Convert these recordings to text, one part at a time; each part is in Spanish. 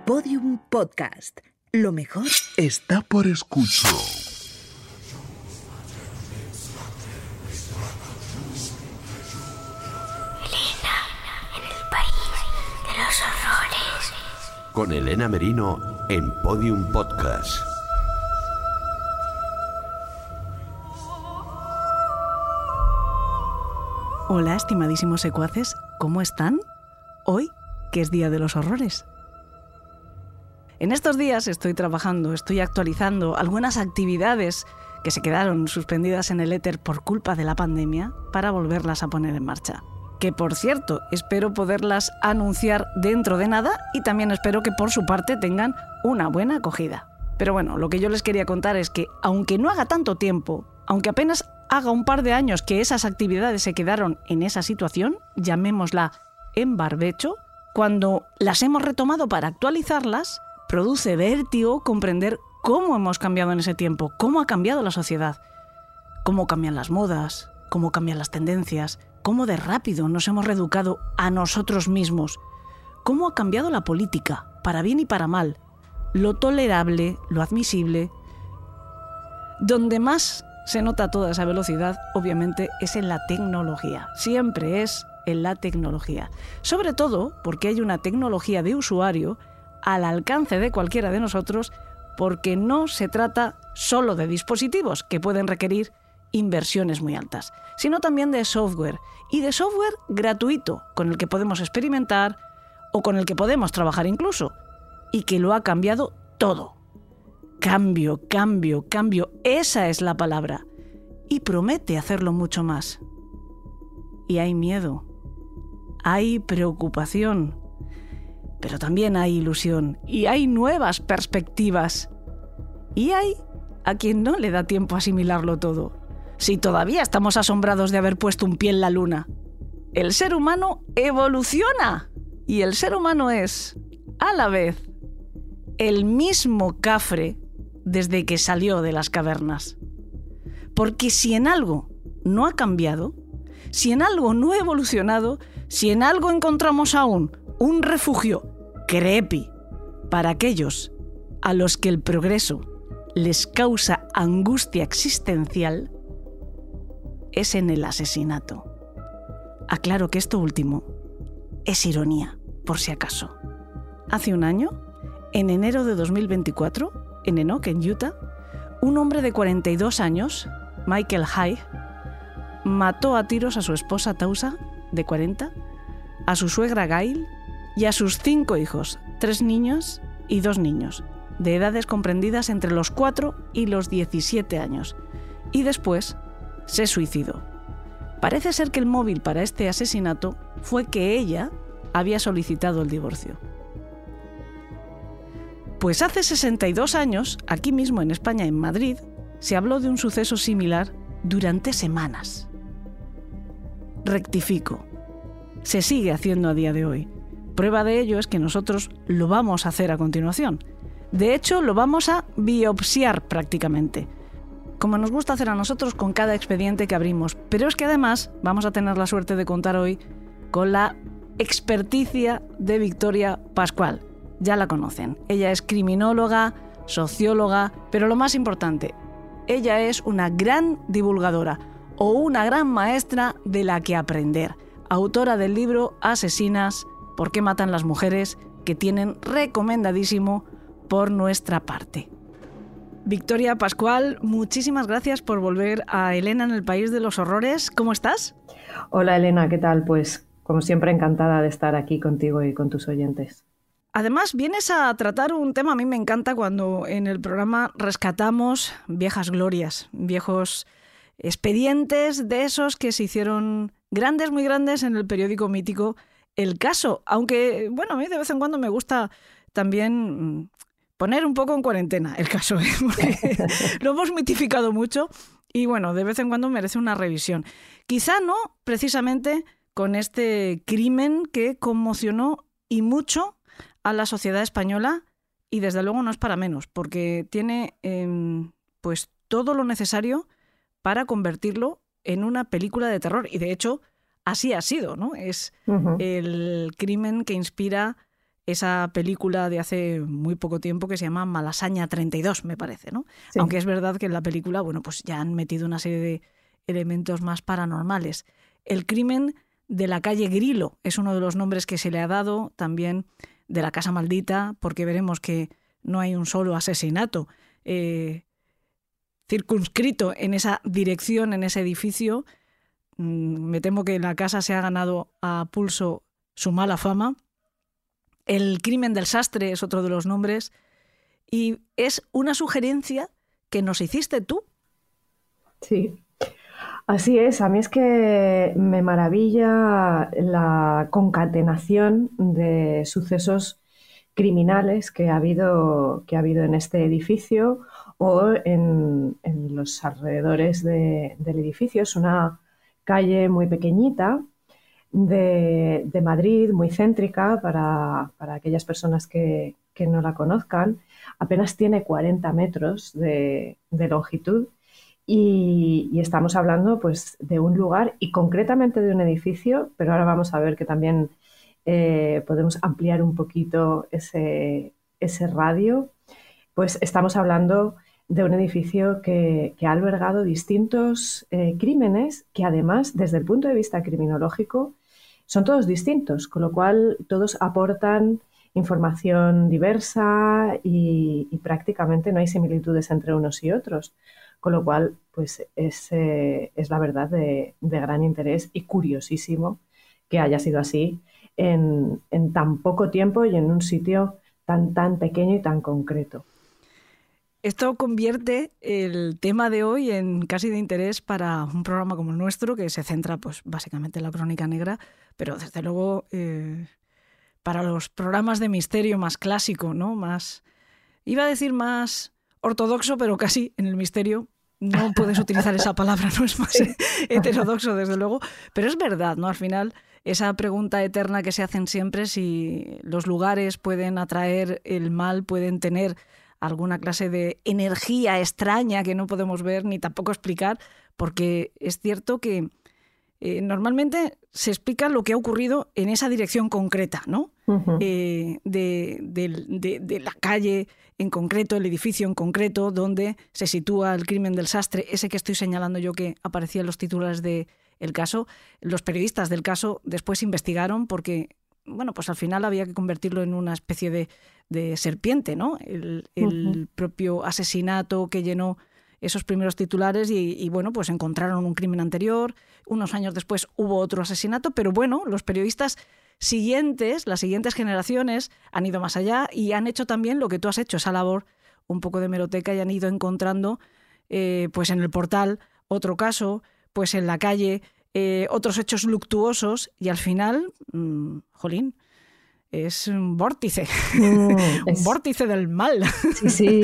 Podium Podcast. Lo mejor está por escuchar. Elena en el país de los horrores. Con Elena Merino en Podium Podcast. Hola, estimadísimos secuaces, ¿cómo están? Hoy, que es Día de los Horrores. En estos días estoy trabajando, estoy actualizando algunas actividades que se quedaron suspendidas en el éter por culpa de la pandemia para volverlas a poner en marcha. Que, por cierto, espero poderlas anunciar dentro de nada y también espero que por su parte tengan una buena acogida. Pero bueno, lo que yo les quería contar es que, aunque no haga tanto tiempo, aunque apenas haga un par de años que esas actividades se quedaron en esa situación, llamémosla en barbecho, cuando las hemos retomado para actualizarlas, produce vértigo comprender cómo hemos cambiado en ese tiempo, cómo ha cambiado la sociedad, cómo cambian las modas, cómo cambian las tendencias, cómo de rápido nos hemos reeducado a nosotros mismos, cómo ha cambiado la política, para bien y para mal, lo tolerable, lo admisible. Donde más se nota toda esa velocidad, obviamente, es en la tecnología. Siempre es en la tecnología. Sobre todo porque hay una tecnología de usuario al alcance de cualquiera de nosotros, porque no se trata solo de dispositivos que pueden requerir inversiones muy altas, sino también de software, y de software gratuito, con el que podemos experimentar o con el que podemos trabajar incluso, y que lo ha cambiado todo. Cambio, cambio, cambio, esa es la palabra. Y promete hacerlo mucho más. Y hay miedo, hay preocupación, pero también hay ilusión y hay nuevas perspectivas. Y hay a quien no le da tiempo a asimilarlo todo. Si todavía estamos asombrados de haber puesto un pie en la luna. El ser humano evoluciona y el ser humano es, a la vez, el mismo cafre desde que salió de las cavernas. Porque si en algo no ha cambiado, si en algo no ha evolucionado, si en algo encontramos aún un refugio creepy para aquellos a los que el progreso les causa angustia existencial, es en el asesinato. Aclaro que esto último es ironía, por si acaso. Hace un año, en enero de 2024, en Enoch, en Utah, un hombre de 42 años, Michael High, mató a tiros a su esposa Tausa, de 40, a su suegra Gail y a sus 5 hijos, 3 niñas y 2 niños, de edades comprendidas entre los 4 y los 17 años, y después se suicidó. Parece ser que el móvil para este asesinato fue que ella había solicitado el divorcio. Pues hace 62 años, aquí mismo en España, en Madrid, se habló de un suceso similar durante semanas. Rectifico. Se sigue haciendo a día de hoy. Prueba de ello es que nosotros lo vamos a hacer a continuación. De hecho, lo vamos a biopsiar prácticamente, como nos gusta hacer a nosotros con cada expediente que abrimos. Pero es que además vamos a tener la suerte de contar hoy con la experticia de Victoria Pascual. Ya la conocen. Ella es criminóloga, socióloga, pero lo más importante, ella es una gran divulgadora o una gran maestra de la que aprender. Autora del libro Asesinas, ¿por qué matan las mujeres?, que tienen recomendadísimo por nuestra parte. Victoria Pascual, muchísimas gracias por volver a Elena en el País de los Horrores. ¿Cómo estás? Hola Elena, ¿qué tal? Pues como siempre encantada de estar aquí contigo y con tus oyentes. Además, vienes a tratar un tema, a mí me encanta cuando en el programa rescatamos viejas glorias, viejos expedientes de esos que se hicieron grandes, muy grandes en el periódico mítico El Caso. Aunque, bueno, a mí de vez en cuando me gusta también poner un poco en cuarentena El Caso, ¿eh? Porque lo hemos mitificado mucho y, bueno, de vez en cuando merece una revisión. Quizá no precisamente con este crimen que conmocionó y mucho a la sociedad española, y desde luego no es para menos, porque tiene pues todo lo necesario para convertirlo en una película de terror. Y de hecho, así ha sido, ¿no? Es el crimen que inspira esa película de hace muy poco tiempo que se llama Malasaña 32, me parece, ¿no? Sí. Aunque es verdad que en la película, bueno, pues ya han metido una serie de elementos más paranormales. El crimen de la calle Grilo es uno de los nombres que se le ha dado, también de la Casa Maldita, porque veremos que no hay un solo asesinato circunscrito en esa dirección, en ese edificio. Me temo que la casa se ha ganado a pulso su mala fama. El crimen del sastre es otro de los nombres y es una sugerencia que nos hiciste tú. Sí, así es. A mí es que me maravilla la concatenación de sucesos criminales que ha habido en este edificio o en los alrededores del edificio. Es una calle muy pequeñita de Madrid, muy céntrica para aquellas personas que no la conozcan. Apenas tiene 40 metros de longitud y estamos hablando pues, de un lugar y concretamente de un edificio, pero ahora vamos a ver que también podemos ampliar un poquito ese radio. Pues estamos hablando de un edificio que ha albergado distintos crímenes que además, desde el punto de vista criminológico, son todos distintos, con lo cual todos aportan información diversa y prácticamente no hay similitudes entre unos y otros, con lo cual pues es la verdad de gran interés y curiosísimo que haya sido así en tan poco tiempo y en un sitio tan pequeño y tan concreto. Esto convierte el tema de hoy en casi de interés para un programa como el nuestro, que se centra pues básicamente en la crónica negra, pero desde luego para los programas de misterio más clásico, ¿no? Más, iba a decir más ortodoxo, pero casi en el misterio no puedes utilizar esa palabra, no es más heterodoxo desde luego, pero es verdad, ¿no? Al final esa pregunta eterna que se hacen siempre, si los lugares pueden atraer el mal, pueden tener alguna clase de energía extraña que no podemos ver ni tampoco explicar, porque es cierto que normalmente se explica lo que ha ocurrido en esa dirección concreta, ¿no? Uh-huh. De la calle en concreto, el edificio en concreto, donde se sitúa el crimen del sastre, ese que estoy señalando yo que aparecía en los titulares del caso. Los periodistas del caso después investigaron porque, bueno, pues al final había que convertirlo en una especie de serpiente, ¿no? El propio asesinato que llenó esos primeros titulares y bueno, pues encontraron un crimen anterior, unos años después hubo otro asesinato, pero bueno, los periodistas siguientes, las siguientes generaciones han ido más allá y han hecho también lo que tú has hecho, esa labor un poco de hemeroteca, y han ido encontrando pues en el portal otro caso, pues en la calle otros hechos luctuosos y al final, jolín, es un vórtice, un vórtice del mal. Sí, sí,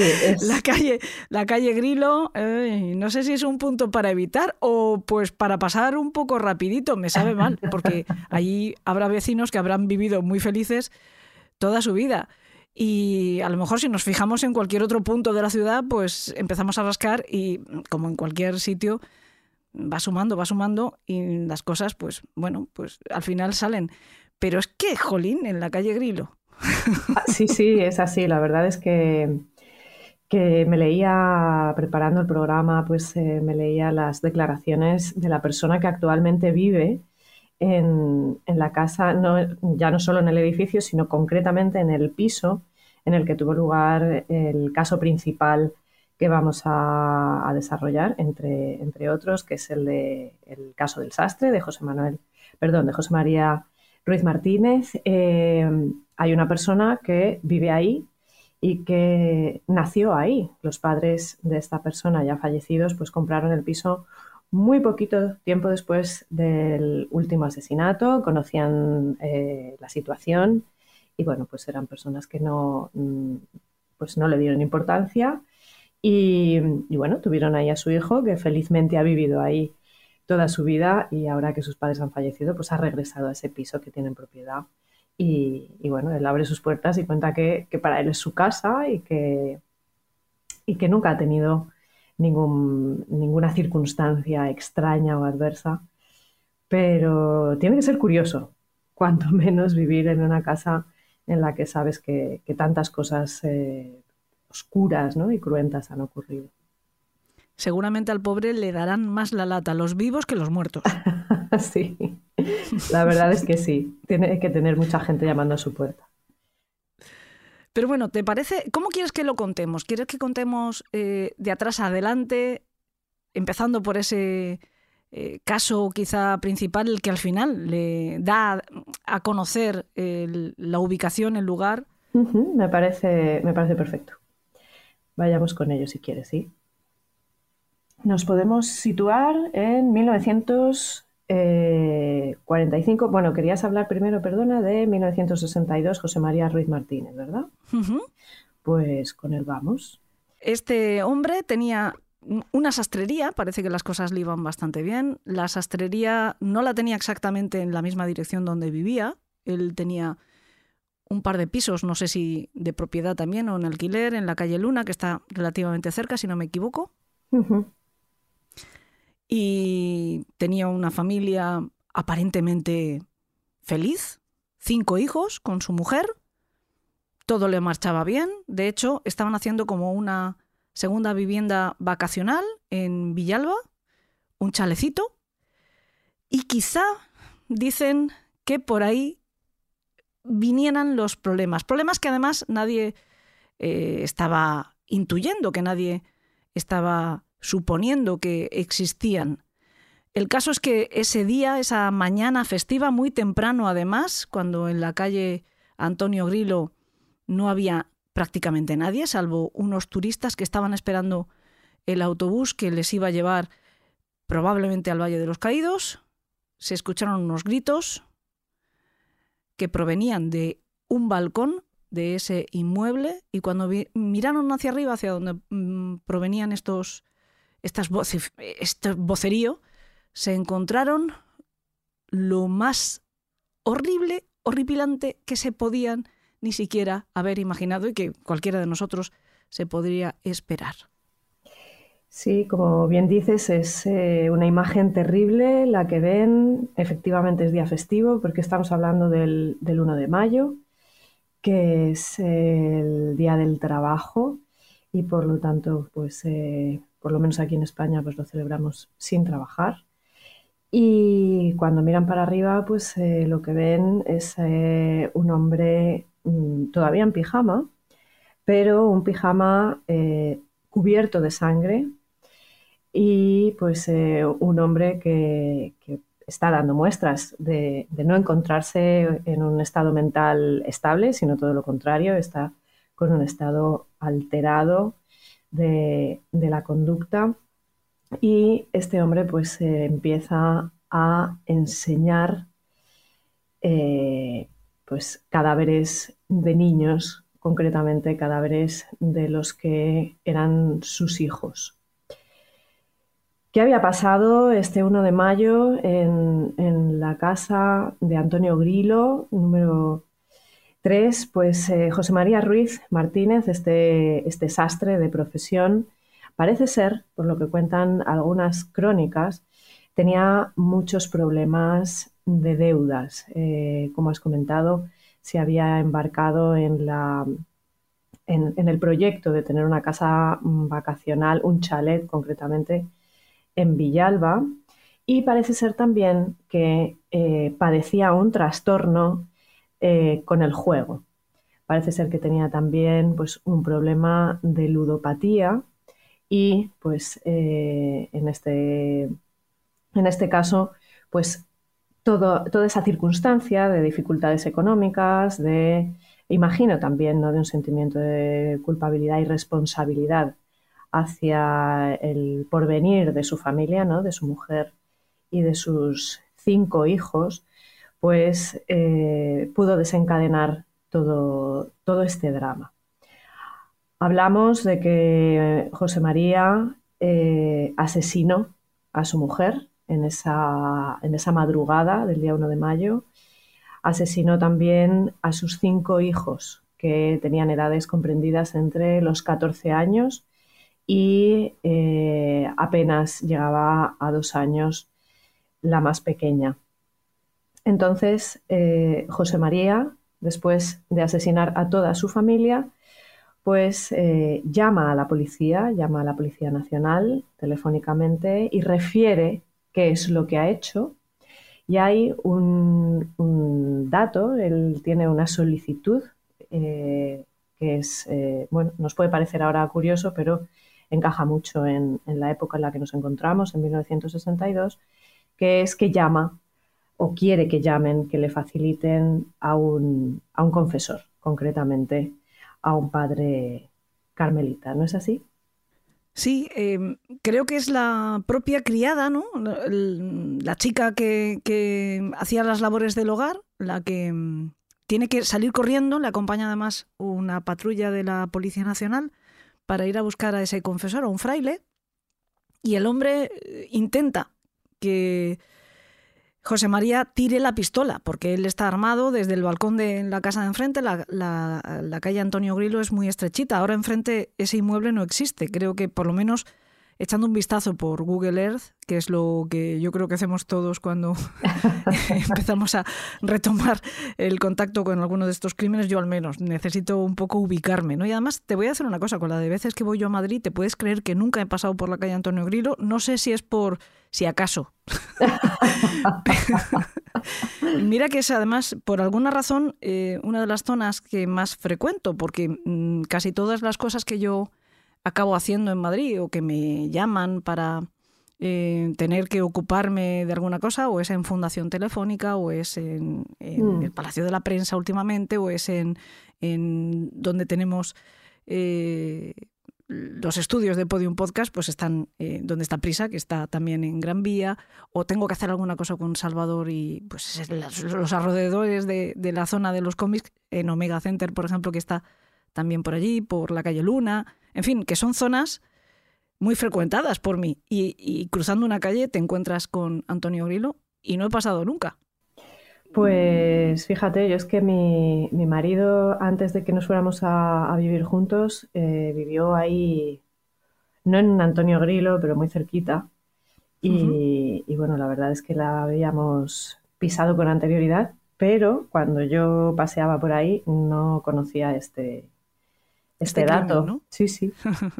La calle Grilo, no sé si es un punto para evitar o pues para pasar un poco rapidito, me sabe mal, porque allí habrá vecinos que habrán vivido muy felices toda su vida. Y a lo mejor si nos fijamos en cualquier otro punto de la ciudad, pues empezamos a rascar y como en cualquier sitio va sumando y las cosas, pues bueno, pues al final salen. Pero es que, jolín, en la calle Grilo. Sí, es así. La verdad es que me leía, preparando el programa, pues me leía las declaraciones de la persona que actualmente vive en la casa, ya no solo en el edificio, sino concretamente en el piso en el que tuvo lugar el caso principal que vamos a desarrollar, entre otros, que es el caso del sastre de José María Ruiz Martínez. Hay una persona que vive ahí y que nació ahí. Los padres de esta persona ya fallecidos pues compraron el piso muy poquito tiempo después del último asesinato, conocían la situación y bueno, pues eran personas que no le dieron importancia y bueno, tuvieron ahí a su hijo que felizmente ha vivido ahí toda su vida y ahora que sus padres han fallecido pues ha regresado a ese piso que tiene en propiedad y bueno, él abre sus puertas y cuenta que para él es su casa y que nunca ha tenido ninguna circunstancia extraña o adversa, pero tiene que ser curioso cuanto menos vivir en una casa en la que sabes que tantas cosas oscuras, ¿no? y cruentas han ocurrido. Seguramente al pobre le darán más la lata los vivos que los muertos. Sí, la verdad es que sí. Tiene que tener mucha gente llamando a su puerta. Pero bueno, ¿te parece? ¿Cómo quieres que lo contemos? ¿Quieres que contemos de atrás a adelante, empezando por ese caso quizá principal, el que al final le da a conocer la ubicación, el lugar? Me parece perfecto. Vayamos con ello si quieres, ¿sí? Nos podemos situar en 1945. Bueno, querías hablar primero, perdona, de 1962, José María Ruiz Martínez, ¿verdad? Pues con él vamos. Este hombre tenía una sastrería, parece que las cosas le iban bastante bien. La sastrería no la tenía exactamente en la misma dirección donde vivía. Él tenía un par de pisos, no sé si de propiedad también o en alquiler, en la calle Luna, que está relativamente cerca, si no me equivoco. Y tenía una familia aparentemente feliz, 5 hijos con su mujer, todo le marchaba bien. De hecho, estaban haciendo como una segunda vivienda vacacional en Villalba, un chalecito, y quizá dicen que por ahí vinieran los problemas que además nadie estaba intuyendo, que nadie estaba suponiendo que existían. El caso es que ese día, esa mañana festiva, muy temprano además, cuando en la calle Antonio Grilo no había prácticamente nadie, salvo unos turistas que estaban esperando el autobús que les iba a llevar probablemente al Valle de los Caídos, se escucharon unos gritos que provenían de un balcón de ese inmueble, y cuando miraron hacia arriba, hacia donde provenían este vocerío, se encontraron lo más horrible, horripilante que se podían ni siquiera haber imaginado y que cualquiera de nosotros se podría esperar. Sí, como bien dices, es una imagen terrible la que ven. Efectivamente es día festivo porque estamos hablando del 1 de mayo, que es el Día del Trabajo, y por lo tanto, pues por lo menos aquí en España, pues lo celebramos sin trabajar. Y cuando miran para arriba, pues lo que ven es un hombre todavía en pijama, pero un pijama cubierto de sangre, y pues un hombre que está dando muestras de no encontrarse en un estado mental estable, sino todo lo contrario, está con un estado alterado de la conducta. Y este hombre pues empieza a enseñar pues cadáveres de niños, concretamente cadáveres de los que eran sus hijos. ¿Qué había pasado este 1 de mayo en la casa de Antonio Grilo, número 3? Pues José María Ruiz Martínez, este sastre de profesión, parece ser, por lo que cuentan algunas crónicas, tenía muchos problemas de deudas. Como has comentado, se había embarcado en el proyecto de tener una casa vacacional, un chalet concretamente, en Villalba, y parece ser también que padecía un trastorno con el juego. Parece ser que tenía también pues, un problema de ludopatía, y pues en este caso pues toda esa circunstancia de dificultades económicas, imagino también, ¿no?, de un sentimiento de culpabilidad y responsabilidad hacia el porvenir de su familia, ¿no?, de su mujer y de sus 5 hijos, pues pudo desencadenar todo este drama. Hablamos de que José María asesinó a su mujer en esa madrugada del día 1 de mayo. Asesinó también a sus 5 hijos, que tenían edades comprendidas entre los 14 años y apenas llegaba a 2 años la más pequeña. Entonces, José María después de asesinar a toda su familia, pues llama a la Policía Nacional telefónicamente y refiere qué es lo que ha hecho. Y hay un dato, él tiene una solicitud que es, bueno, nos puede parecer ahora curioso, pero encaja mucho en la época en la que nos encontramos, en 1962, que es que llama o quiere que llamen, que le faciliten a un confesor, concretamente a un padre carmelita, ¿no es así? Sí, creo que es la propia criada, ¿no? La chica que hacía las labores del hogar, la que tiene que salir corriendo, le acompaña además una patrulla de la Policía Nacional para ir a buscar a ese confesor, a un fraile, y el hombre intenta que José María tire la pistola, porque él está armado desde el balcón de la casa de enfrente. La calle Antonio Grilo es muy estrechita. Ahora enfrente ese inmueble no existe. Creo que por lo menos echando un vistazo por Google Earth, que es lo que yo creo que hacemos todos cuando empezamos a retomar el contacto con alguno de estos crímenes, yo al menos necesito un poco ubicarme, ¿no? Y además te voy a hacer una cosa, con la de veces que voy yo a Madrid, te puedes creer que nunca he pasado por la calle Antonio Grilo. No sé si es por si acaso. Mira que es además, por alguna razón, una de las zonas que más frecuento, porque casi todas las cosas que yo acabo haciendo en Madrid o que me llaman para tener que ocuparme de alguna cosa, o es en Fundación Telefónica, o es en el Palacio de la Prensa últimamente, o es en donde tenemos los estudios de Podium Podcast, pues están donde está Prisa, que está también en Gran Vía, o tengo que hacer alguna cosa con Salvador y pues los alrededores de la zona de los cómics, en Omega Center, por ejemplo, que está también por allí, por la calle Luna, en fin, que son zonas muy frecuentadas por mí. Y cruzando una calle te encuentras con Antonio Grilo y no he pasado nunca. Pues fíjate, yo es que mi marido, antes de que nos fuéramos a vivir juntos, vivió ahí, no en Antonio Grilo, pero muy cerquita. Y bueno, la verdad es que la habíamos pisado con anterioridad, pero cuando yo paseaba por ahí no conocía este dato. Crimen, ¿no? Sí, sí.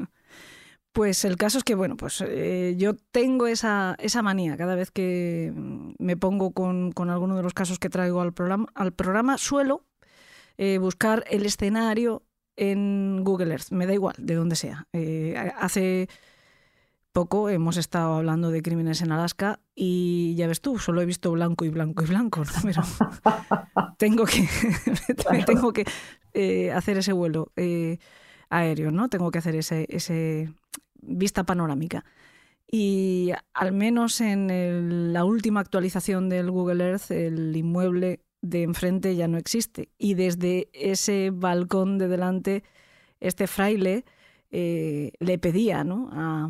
Pues el caso es que, bueno, pues yo tengo esa manía. Cada vez que me pongo con alguno de los casos que traigo al programa suelo buscar el escenario en Google Earth. Me da igual, de donde sea. Hace poco hemos estado hablando de crímenes en Alaska y ya ves tú, solo he visto blanco y blanco y blanco, ¿no? Pero tengo que hacer ese vuelo aéreo, ¿no? Tengo que hacer ese vista panorámica. Y al menos en la última actualización del Google Earth, el inmueble de enfrente ya no existe. Y desde ese balcón de delante, este fraile le pedía, ¿no?,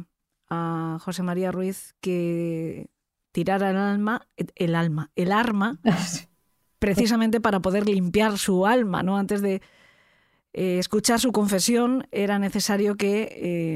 a José María Ruiz que tirara el arma, precisamente para poder limpiar su alma, ¿no? Antes de escuchar su confesión era necesario que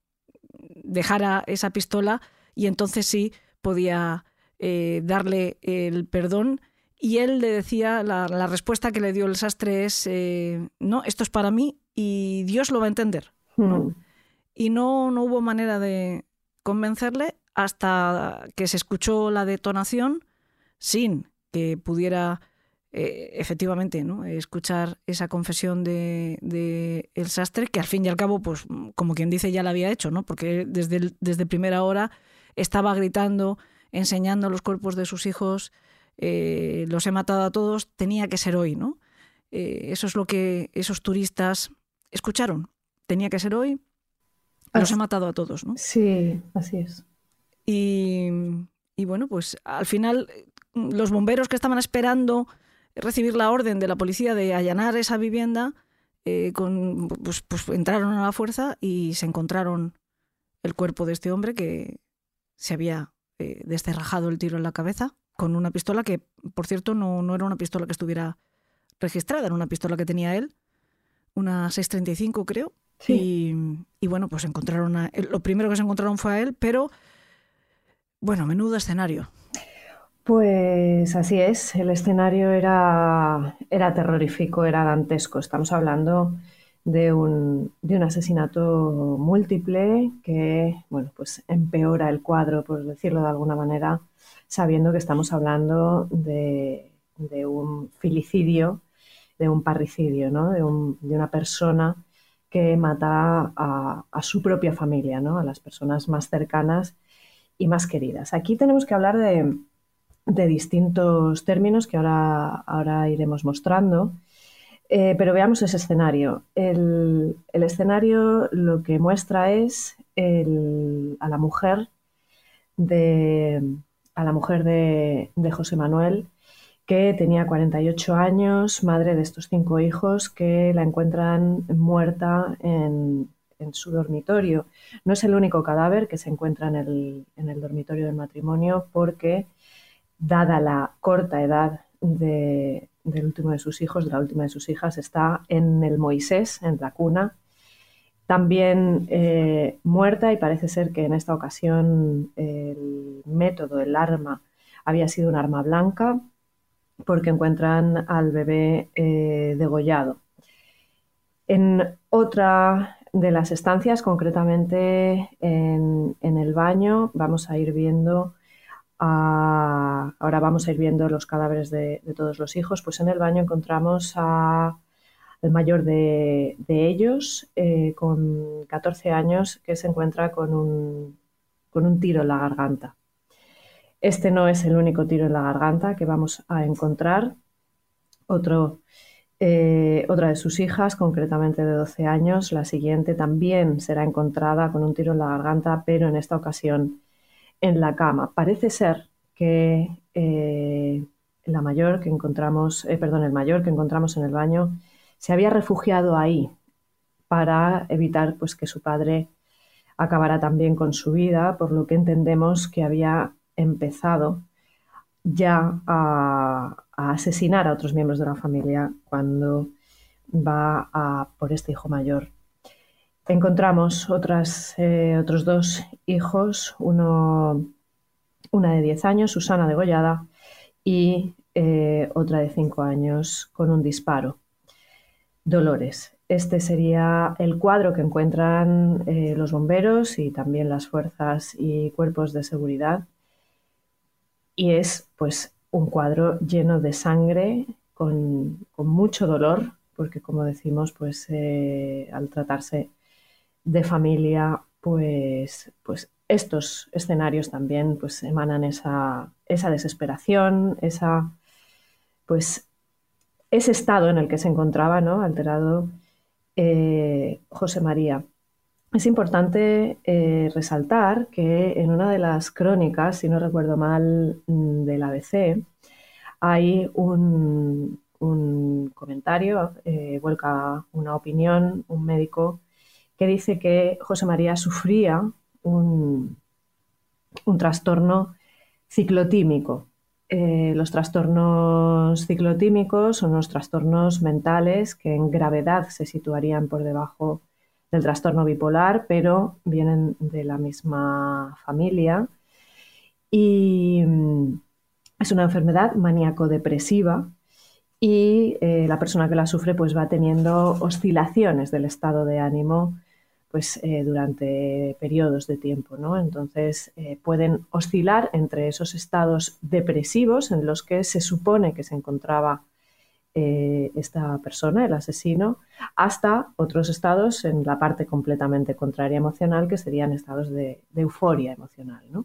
dejara esa pistola y entonces sí podía darle el perdón. Y él le decía, la respuesta que le dio el sastre es no, esto es para mí y Dios lo va a entender, ¿no? Y no hubo manera de convencerle hasta que se escuchó la detonación sin que pudiera efectivamente, ¿no?, escuchar esa confesión de el sastre, que al fin y al cabo, pues como quien dice, ya la había hecho, ¿no? Porque desde primera hora estaba gritando, enseñando los cuerpos de sus hijos, los he matado a todos, tenía que ser hoy, ¿no? Eso es lo que esos turistas escucharon. Tenía que ser hoy, los he matado a todos, ¿no? Sí, así es. Y bueno, pues al final los bomberos que estaban esperando recibir la orden de la policía de allanar esa vivienda, pues entraron a la fuerza y se encontraron el cuerpo de este hombre que se había descerrajado el tiro en la cabeza con una pistola que, por cierto, no era una pistola que estuviera registrada, era una pistola que tenía él, una 635 creo. Sí. Y bueno, pues lo primero que se encontraron fue a él, pero bueno, menudo escenario. Pues así es, el escenario era terrorífico, era dantesco. Estamos hablando de un asesinato múltiple que, bueno, pues empeora el cuadro, por decirlo de alguna manera, sabiendo que estamos hablando de un filicidio, de un parricidio, ¿no? De una persona que mata a su propia familia, ¿no? A las personas más cercanas y más queridas. Aquí tenemos que hablar de distintos términos que ahora iremos mostrando, pero veamos ese escenario. El escenario lo que muestra es a la mujer de José Manuel, que tenía 48 años, madre de estos 5 hijos, que la encuentran muerta en su dormitorio. No es el único cadáver que se encuentra en el dormitorio del matrimonio, porque dada la corta edad del último de sus hijos, de la última de sus hijas, está en el Moisés, en la cuna, también muerta, y parece ser que en esta ocasión el método, el arma, había sido un arma blanca, porque encuentran al bebé degollado. En otra de las estancias, concretamente en el baño, vamos a ir viendo ahora vamos a ir viendo los cadáveres de todos los hijos. Pues en el baño encontramos al mayor de ellos, con 14 años, que se encuentra con un tiro en la garganta. Este no es el único tiro en la garganta que vamos a encontrar. Otra de sus hijas, concretamente de 12 años, la siguiente, también será encontrada con un tiro en la garganta, pero en esta ocasión en la cama. Parece ser que el mayor que encontramos en el baño se había refugiado ahí para evitar, pues, que su padre acabara también con su vida, por lo que entendemos que había empezado ya a asesinar a otros miembros de la familia cuando va por este hijo mayor. Encontramos otros 2 hijos, una de 10 años, Susana, degollada, y otra de 5 años con un disparo, Dolores. Este sería el cuadro que encuentran los bomberos y también las fuerzas y cuerpos de seguridad, y es, pues, un cuadro lleno de sangre, con mucho dolor, porque, como decimos, pues al tratarse de familia, pues estos escenarios también, pues, emanan esa desesperación, ese estado en el que se encontraba, ¿no?, alterado José María. Es importante resaltar que en una de las crónicas, si no recuerdo mal, del ABC, hay un comentario, vuelca una opinión, un médico, que dice que José María sufría un trastorno ciclotímico. Los trastornos ciclotímicos son unos trastornos mentales que en gravedad se situarían por debajo del trastorno bipolar, pero vienen de la misma familia, y es una enfermedad maníaco-depresiva, y la persona que la sufre, pues, va teniendo oscilaciones del estado de ánimo, pues, durante periodos de tiempo, ¿no? Entonces pueden oscilar entre esos estados depresivos en los que se supone que se encontraba esta persona, el asesino, hasta otros estados en la parte completamente contraria emocional, que serían estados de euforia emocional, ¿no?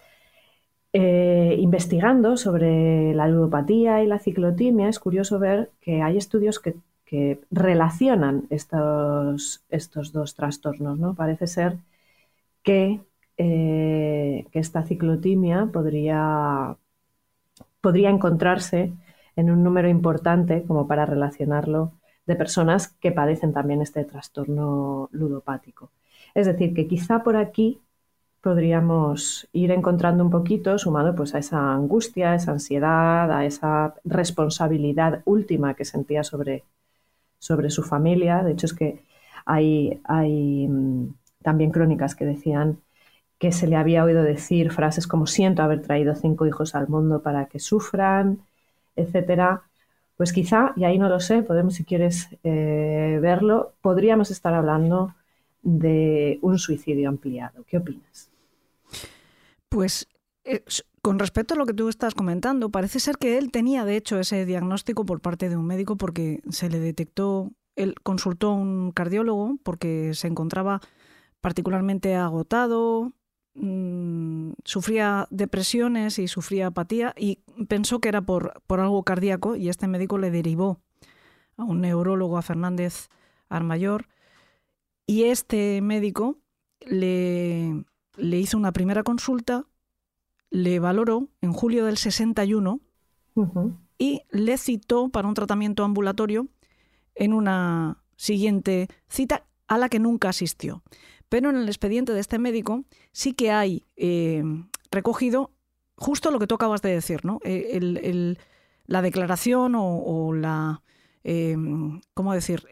Investigando sobre la ludopatía y la ciclotimia, es curioso ver que hay estudios que relacionan estos 2 trastornos, ¿no? Parece ser que esta ciclotimia podría encontrarse en un número importante, como para relacionarlo, de personas que padecen también este trastorno ludopático. Es decir, que quizá por aquí podríamos ir encontrando un poquito, sumado, pues, a esa angustia, a esa ansiedad, a esa responsabilidad última que sentía sobre su familia. De hecho, es que hay también crónicas que decían que se le había oído decir frases como siento haber traído 5 hijos al mundo para que sufran, etcétera. Pues quizá, y ahí no lo sé, podemos, si quieres verlo, podríamos estar hablando de un suicidio ampliado. ¿Qué opinas? Pues con respecto a lo que tú estás comentando, parece ser que él tenía de hecho ese diagnóstico por parte de un médico porque se le detectó, él consultó a un cardiólogo porque se encontraba particularmente agotado, sufría depresiones y sufría apatía y pensó que era por algo cardíaco y este médico le derivó a un neurólogo, a Fernández Armayor, y este médico le hizo una primera consulta, le valoró en julio del 61 y le citó para un tratamiento ambulatorio en una siguiente cita a la que nunca asistió. Pero en el expediente de este médico sí que hay recogido justo lo que tú acabas de decir, ¿no? La declaración o la... ¿cómo decir?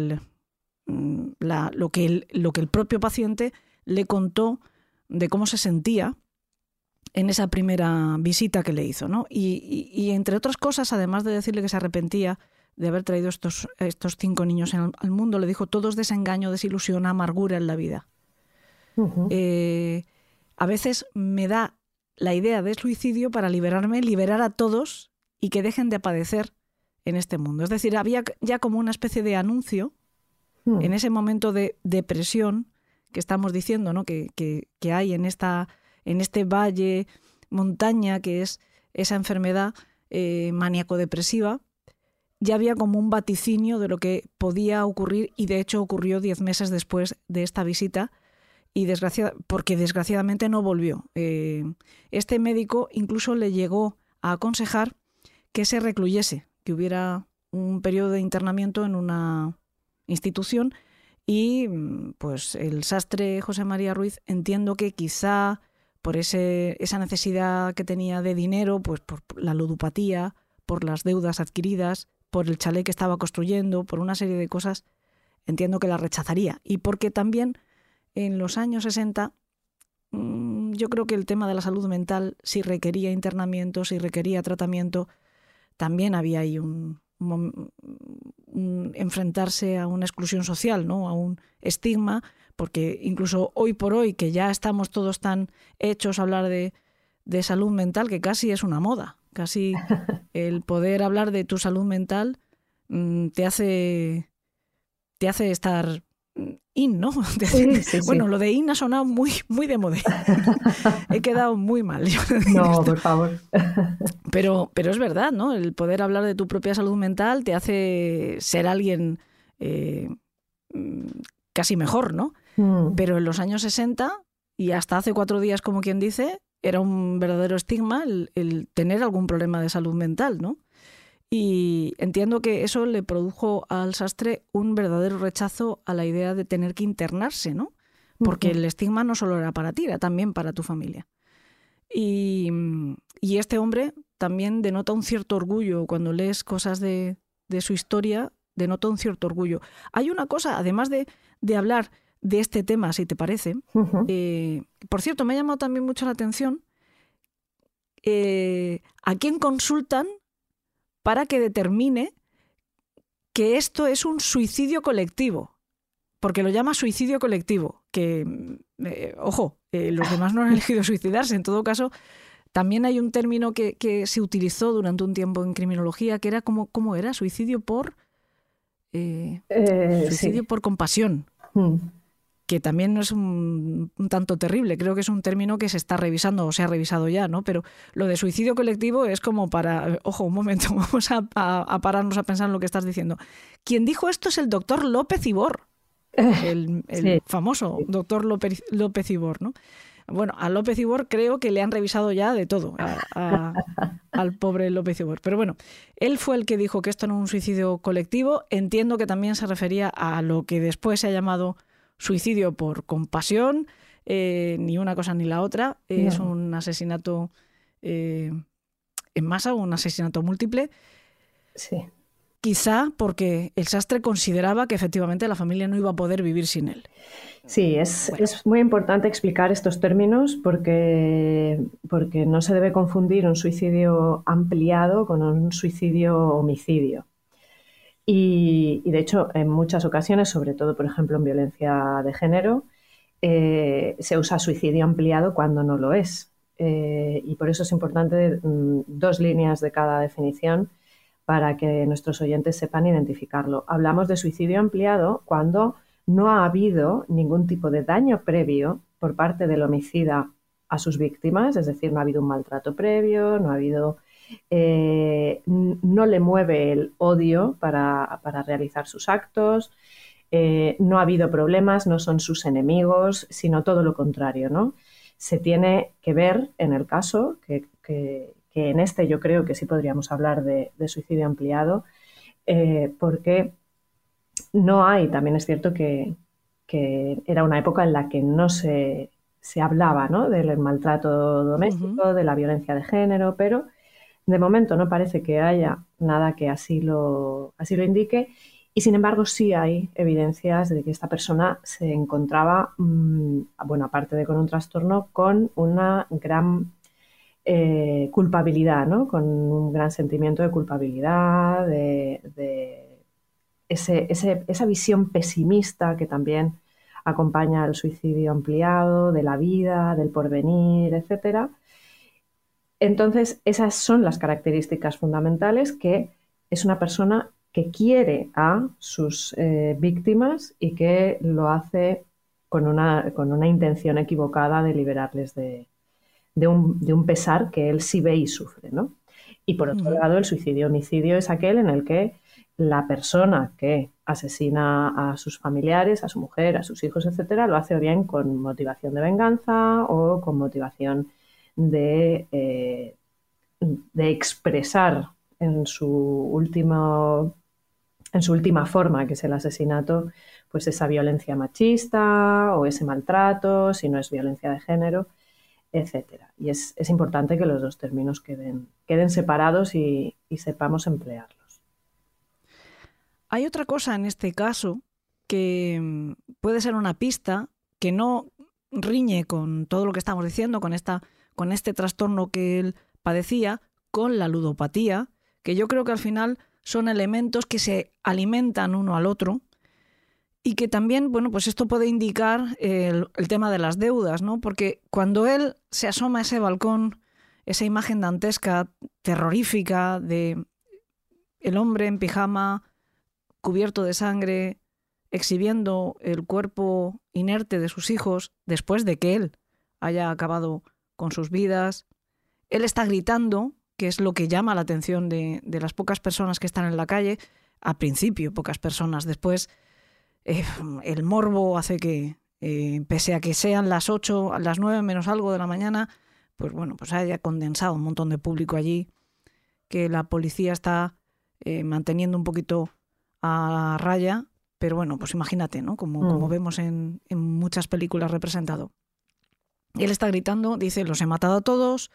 Lo que el propio paciente le contó de cómo se sentía en esa primera visita que le hizo, ¿no? Y entre otras cosas, además de decirle que se arrepentía de haber traído estos 5 niños al mundo, le dijo: todo es desengaño, desilusión, amargura en la vida. A veces me da la idea de suicidio para liberar a todos y que dejen de padecer en este mundo. Es decir, había ya como una especie de anuncio en ese momento de depresión que estamos diciendo, ¿no? que hay en este valle, montaña, que es esa enfermedad maníaco-depresiva. Ya había como un vaticinio de lo que podía ocurrir y de hecho ocurrió 10 meses después de esta visita y porque desgraciadamente no volvió. Este médico incluso le llegó a aconsejar que se recluyese, que hubiera un periodo de internamiento en una institución y pues el sastre José María Ruiz, entiendo que quizá por esa necesidad que tenía de dinero, pues por la ludopatía, por las deudas adquiridas, por el chalet que estaba construyendo, por una serie de cosas, entiendo que la rechazaría. Y porque también en los años 60 yo creo que el tema de la salud mental, si requería internamiento, si requería tratamiento, también había ahí un enfrentarse a una exclusión social, ¿no? A un estigma, porque incluso hoy por hoy, que ya estamos todos tan hechos a hablar de salud mental, que casi es una moda, casi el poder hablar de tu salud mental te hace estar in, ¿no? Sí. Bueno, lo de in ha sonado muy, muy de moda. He quedado muy mal. No, por favor. Pero es verdad, ¿no? El poder hablar de tu propia salud mental te hace ser alguien casi mejor, ¿no? Pero en los años 60 y hasta hace 4 días, como quien dice, era un verdadero estigma el tener algún problema de salud mental, ¿no? Y entiendo que eso le produjo al sastre un verdadero rechazo a la idea de tener que internarse, ¿no? Porque el estigma no solo era para ti, era también para tu familia. Y este hombre también denota un cierto orgullo. Cuando lees cosas de su historia, denota un cierto orgullo. Hay una cosa, además de hablar de este tema, si te parece, por cierto, me ha llamado también mucho la atención a quién consultan para que determine que esto es un suicidio colectivo, porque lo llama suicidio colectivo, que, ojo, los demás no han elegido suicidarse. En todo caso, también hay un término que se utilizó durante un tiempo en criminología, que era ¿cómo era? Suicidio por por compasión. Que también es un tanto terrible. Creo que es un término que se está revisando o se ha revisado ya, ¿no? Pero lo de suicidio colectivo es como para... Ojo, un momento, vamos a pararnos a pensar en lo que estás diciendo. Quien dijo esto es el doctor López Ibor, el famoso doctor López Ibor, ¿no? Bueno, a López Ibor creo que le han revisado ya de todo, al pobre López Ibor. Pero bueno, él fue el que dijo que esto no es un suicidio colectivo. Entiendo que también se refería a lo que después se ha llamado suicidio por compasión, ni una cosa ni la otra. Es un asesinato en masa o un asesinato múltiple. Sí. quizá porque el sastre consideraba que efectivamente la familia no iba a poder vivir sin él. Sí, es muy importante explicar estos términos porque no se debe confundir un suicidio ampliado con un suicidio-homicidio. Y de hecho, en muchas ocasiones, sobre todo, por ejemplo, en violencia de género, se usa suicidio ampliado cuando no lo es. Y por eso es importante 2 líneas de cada definición para que nuestros oyentes sepan identificarlo. Hablamos de suicidio ampliado cuando no ha habido ningún tipo de daño previo por parte del homicida a sus víctimas, es decir, no ha habido un maltrato previo, no ha habido, no le mueve el odio para realizar sus actos, no ha habido problemas, no son sus enemigos, sino todo lo contrario, ¿no? Se tiene que ver en el caso, que en este yo creo que sí podríamos hablar de suicidio ampliado, porque no hay, también es cierto que era una época en la que no se hablaba, ¿no?, del maltrato doméstico, de la violencia de género, pero de momento no parece que haya nada que así lo indique, y sin embargo sí hay evidencias de que esta persona se encontraba, bueno, aparte de con un trastorno, con una gran culpabilidad, ¿no?, con un gran sentimiento de culpabilidad, de esa visión pesimista que también acompaña al suicidio ampliado, de la vida, del porvenir, etcétera. Entonces, esas son las características fundamentales, que es una persona que quiere a sus víctimas y que lo hace con una intención equivocada de liberarles de un pesar que él sí ve y sufre, ¿no? Y por otro lado, el suicidio-homicidio es aquel en el que la persona que asesina a sus familiares, a su mujer, a sus hijos, etcétera, lo hace o bien con motivación de venganza o con motivación de expresar en su última forma, que es el asesinato, pues esa violencia machista o ese maltrato, si no es violencia de género, etcétera. Y es importante que los 2 términos queden separados y sepamos emplearlos. Hay otra cosa en este caso que puede ser una pista que no riñe con todo lo que estamos diciendo, con este trastorno que él padecía, con la ludopatía, que yo creo que al final son elementos que se alimentan uno al otro y que también, bueno, pues esto puede indicar el tema de las deudas, ¿no? Porque cuando él se asoma a ese balcón, esa imagen dantesca, terrorífica, de el hombre en pijama, cubierto de sangre, exhibiendo el cuerpo inerte de sus hijos después de que él haya acabado con sus vidas. Él está gritando, que es lo que llama la atención de las pocas personas que están en la calle. Al principio, pocas personas. Después, el morbo hace que, pese a que sean las 8, las 9 menos algo de la mañana, pues bueno, pues haya condensado un montón de público allí, que la policía está manteniendo un poquito a raya, pero bueno, pues imagínate, ¿no? Como vemos en muchas películas representado. Él está gritando, dice, los he matado a todos,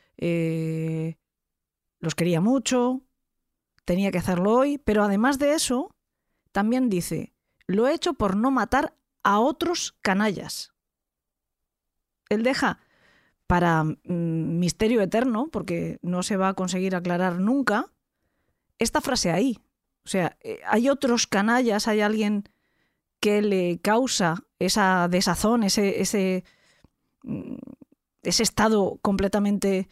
los quería mucho, tenía que hacerlo hoy, pero además de eso, también dice, lo he hecho por no matar a otros canallas. Él deja para misterio eterno, porque no se va a conseguir aclarar nunca, esta frase ahí. O sea, hay otros canallas, hay alguien que le causa esa desazón, ese estado completamente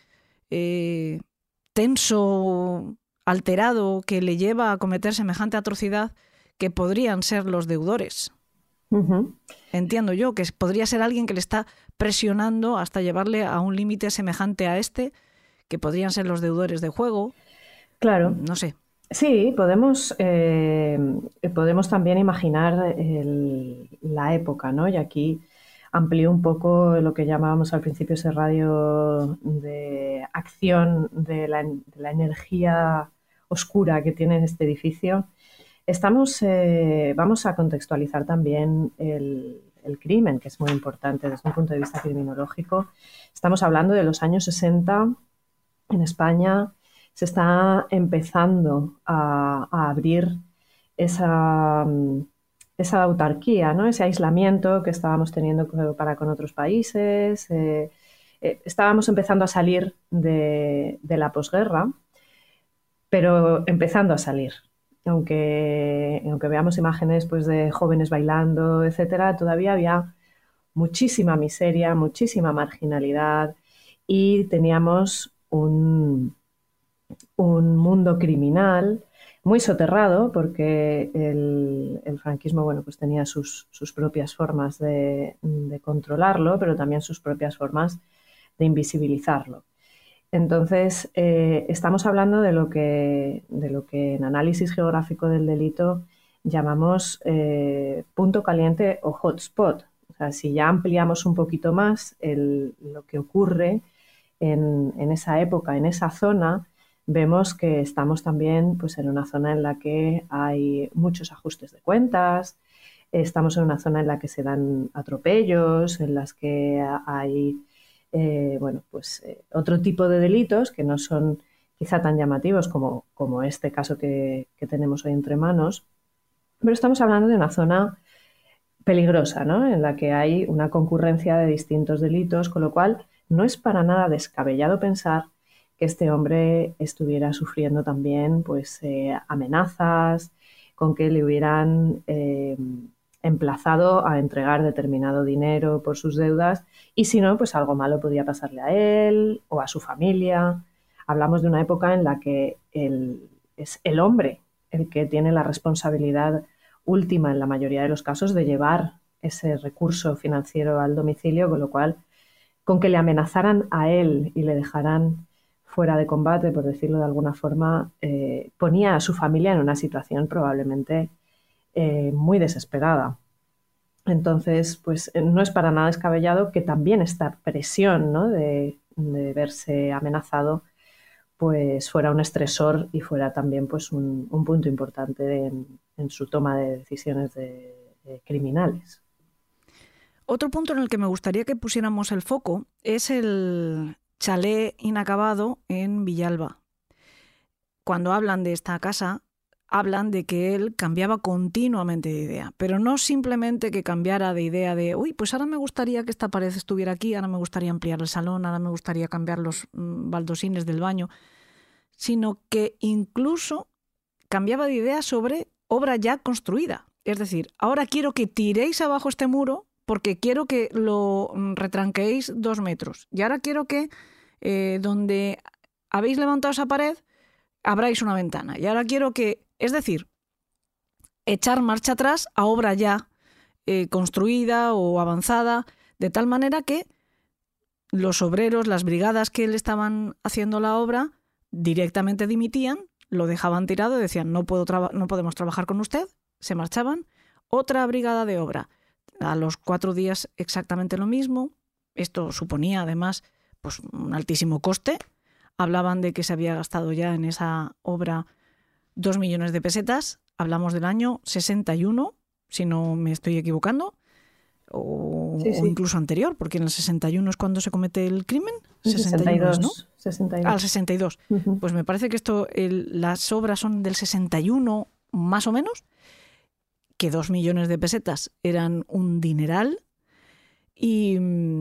tenso, alterado, que le lleva a cometer semejante atrocidad, que podrían ser los deudores. Uh-huh. Entiendo yo que podría ser alguien que le está presionando hasta llevarle a un límite semejante a este, que podrían ser los deudores de juego. Claro. No sé. Sí, podemos también imaginar la época, ¿no? Y aquí amplío un poco lo que llamábamos al principio ese radio de acción de la energía oscura que tiene este edificio. Vamos a contextualizar también el crimen, que es muy importante desde un punto de vista criminológico. Estamos hablando de los años 60 en España. se está empezando a abrir esa autarquía, ¿no? Ese aislamiento que estábamos teniendo con otros países. Estábamos empezando a salir de la posguerra, pero empezando a salir. Aunque veamos imágenes pues, de jóvenes bailando, etcétera, todavía había muchísima miseria, muchísima marginalidad y teníamos un mundo criminal muy soterrado porque el franquismo bueno, pues tenía sus propias formas de controlarlo, pero también sus propias formas de invisibilizarlo. Entonces, estamos hablando de lo que en análisis geográfico del delito llamamos punto caliente o hotspot. O sea, si ya ampliamos un poquito más lo que ocurre en esa época, en esa zona, vemos que estamos también pues, en una zona en la que hay muchos ajustes de cuentas, estamos en una zona en la que se dan atropellos, en las que hay otro tipo de delitos que no son quizá tan llamativos como este caso que tenemos hoy entre manos, pero estamos hablando de una zona peligrosa, ¿no? En la que hay una concurrencia de distintos delitos, con lo cual no es para nada descabellado pensar que este hombre estuviera sufriendo también pues, amenazas, con que le hubieran emplazado a entregar determinado dinero por sus deudas y si no, pues algo malo podía pasarle a él o a su familia. Hablamos de una época en la que es el hombre el que tiene la responsabilidad última en la mayoría de los casos de llevar ese recurso financiero al domicilio, con lo cual, con que le amenazaran a él y le dejaran fuera de combate, por decirlo de alguna forma, ponía a su familia en una situación probablemente muy desesperada. Entonces, pues no es para nada descabellado que también esta presión, ¿no? de verse amenazado pues fuera un estresor y fuera también pues un punto importante en su toma de decisiones criminales. Otro punto en el que me gustaría que pusiéramos el foco es el chalet inacabado en Villalba. Cuando hablan de esta casa, hablan de que él cambiaba continuamente de idea, pero no simplemente que cambiara de idea de, uy, pues ahora me gustaría que esta pared estuviera aquí, ahora me gustaría ampliar el salón, ahora me gustaría cambiar los baldosines del baño, sino que incluso cambiaba de idea sobre obra ya construida. Es decir, ahora quiero que tiréis abajo este muro porque quiero que lo retranquéis 2 metros. Y ahora quiero que donde habéis levantado esa pared abráis una ventana. Y ahora quiero que, es decir, echar marcha atrás a obra ya construida o avanzada, de tal manera que los obreros, las brigadas que le estaban haciendo la obra, directamente dimitían, lo dejaban tirado y decían no podemos trabajar con usted, se marchaban. Otra brigada de obra. A los 4 días exactamente lo mismo. Esto suponía además pues, un altísimo coste. Hablaban de que se había gastado ya en esa obra 2 millones de pesetas. Hablamos del año 61, si no me estoy equivocando, o incluso anterior, porque en el 61 es cuando se comete el crimen. 62, ¿no? 62. Al 62. Uh-huh. Pues me parece que las obras son del 61 más o menos, que 2 millones de pesetas eran un dineral y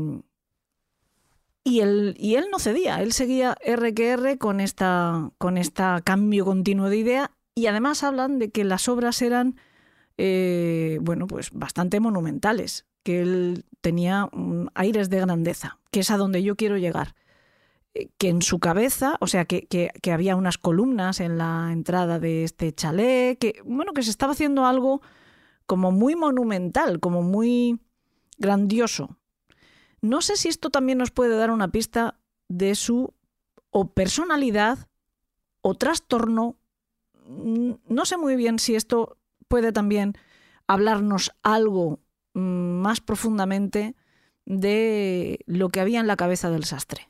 él no cedía, él seguía R que R con esta cambio continuo de idea y además hablan de que las obras eran pues bastante monumentales, que él tenía aires de grandeza, que es a donde yo quiero llegar. Que en su cabeza, o sea, que había unas columnas en la entrada de este chalet, que se estaba haciendo algo como muy monumental, como muy grandioso. No sé si esto también nos puede dar una pista de su o personalidad o trastorno. No sé muy bien si esto puede también hablarnos algo más profundamente de lo que había en la cabeza del sastre.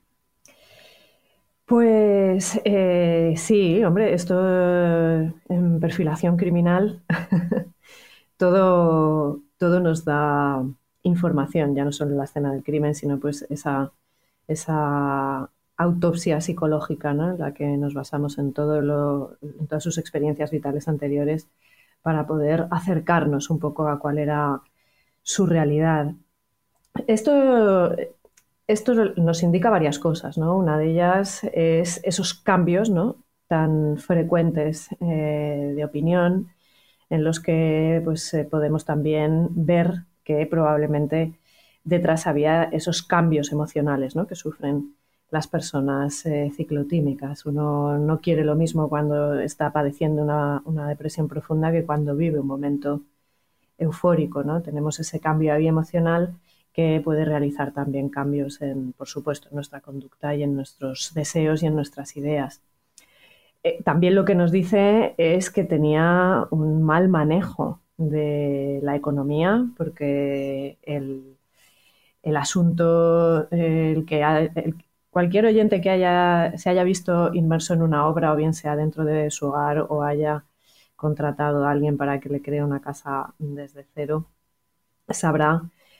Pues sí, hombre, esto en perfilación criminal todo nos da información, ya no solo en la escena del crimen, sino pues esa autopsia psicológica, ¿no? En la que nos basamos en en todas sus experiencias vitales anteriores para poder acercarnos un poco a cuál era su realidad. Esto nos indica varias cosas, ¿no? Una de ellas es esos cambios, ¿no?, tan frecuentes de opinión, en los que pues, podemos también ver que probablemente detrás había esos cambios emocionales, ¿no?, que sufren las personas ciclotímicas. Uno no quiere lo mismo cuando está padeciendo una depresión profunda que cuando vive un momento eufórico, ¿no? Tenemos ese cambio ahí emocional que puede realizar también cambios por supuesto, en nuestra conducta y en nuestros deseos y en nuestras ideas. También lo que nos dice es que tenía un mal manejo de la economía, porque el asunto, cualquier oyente que se haya visto inmerso en una obra, o bien sea dentro de su hogar o haya contratado a alguien para que le cree una casa desde cero, sabrá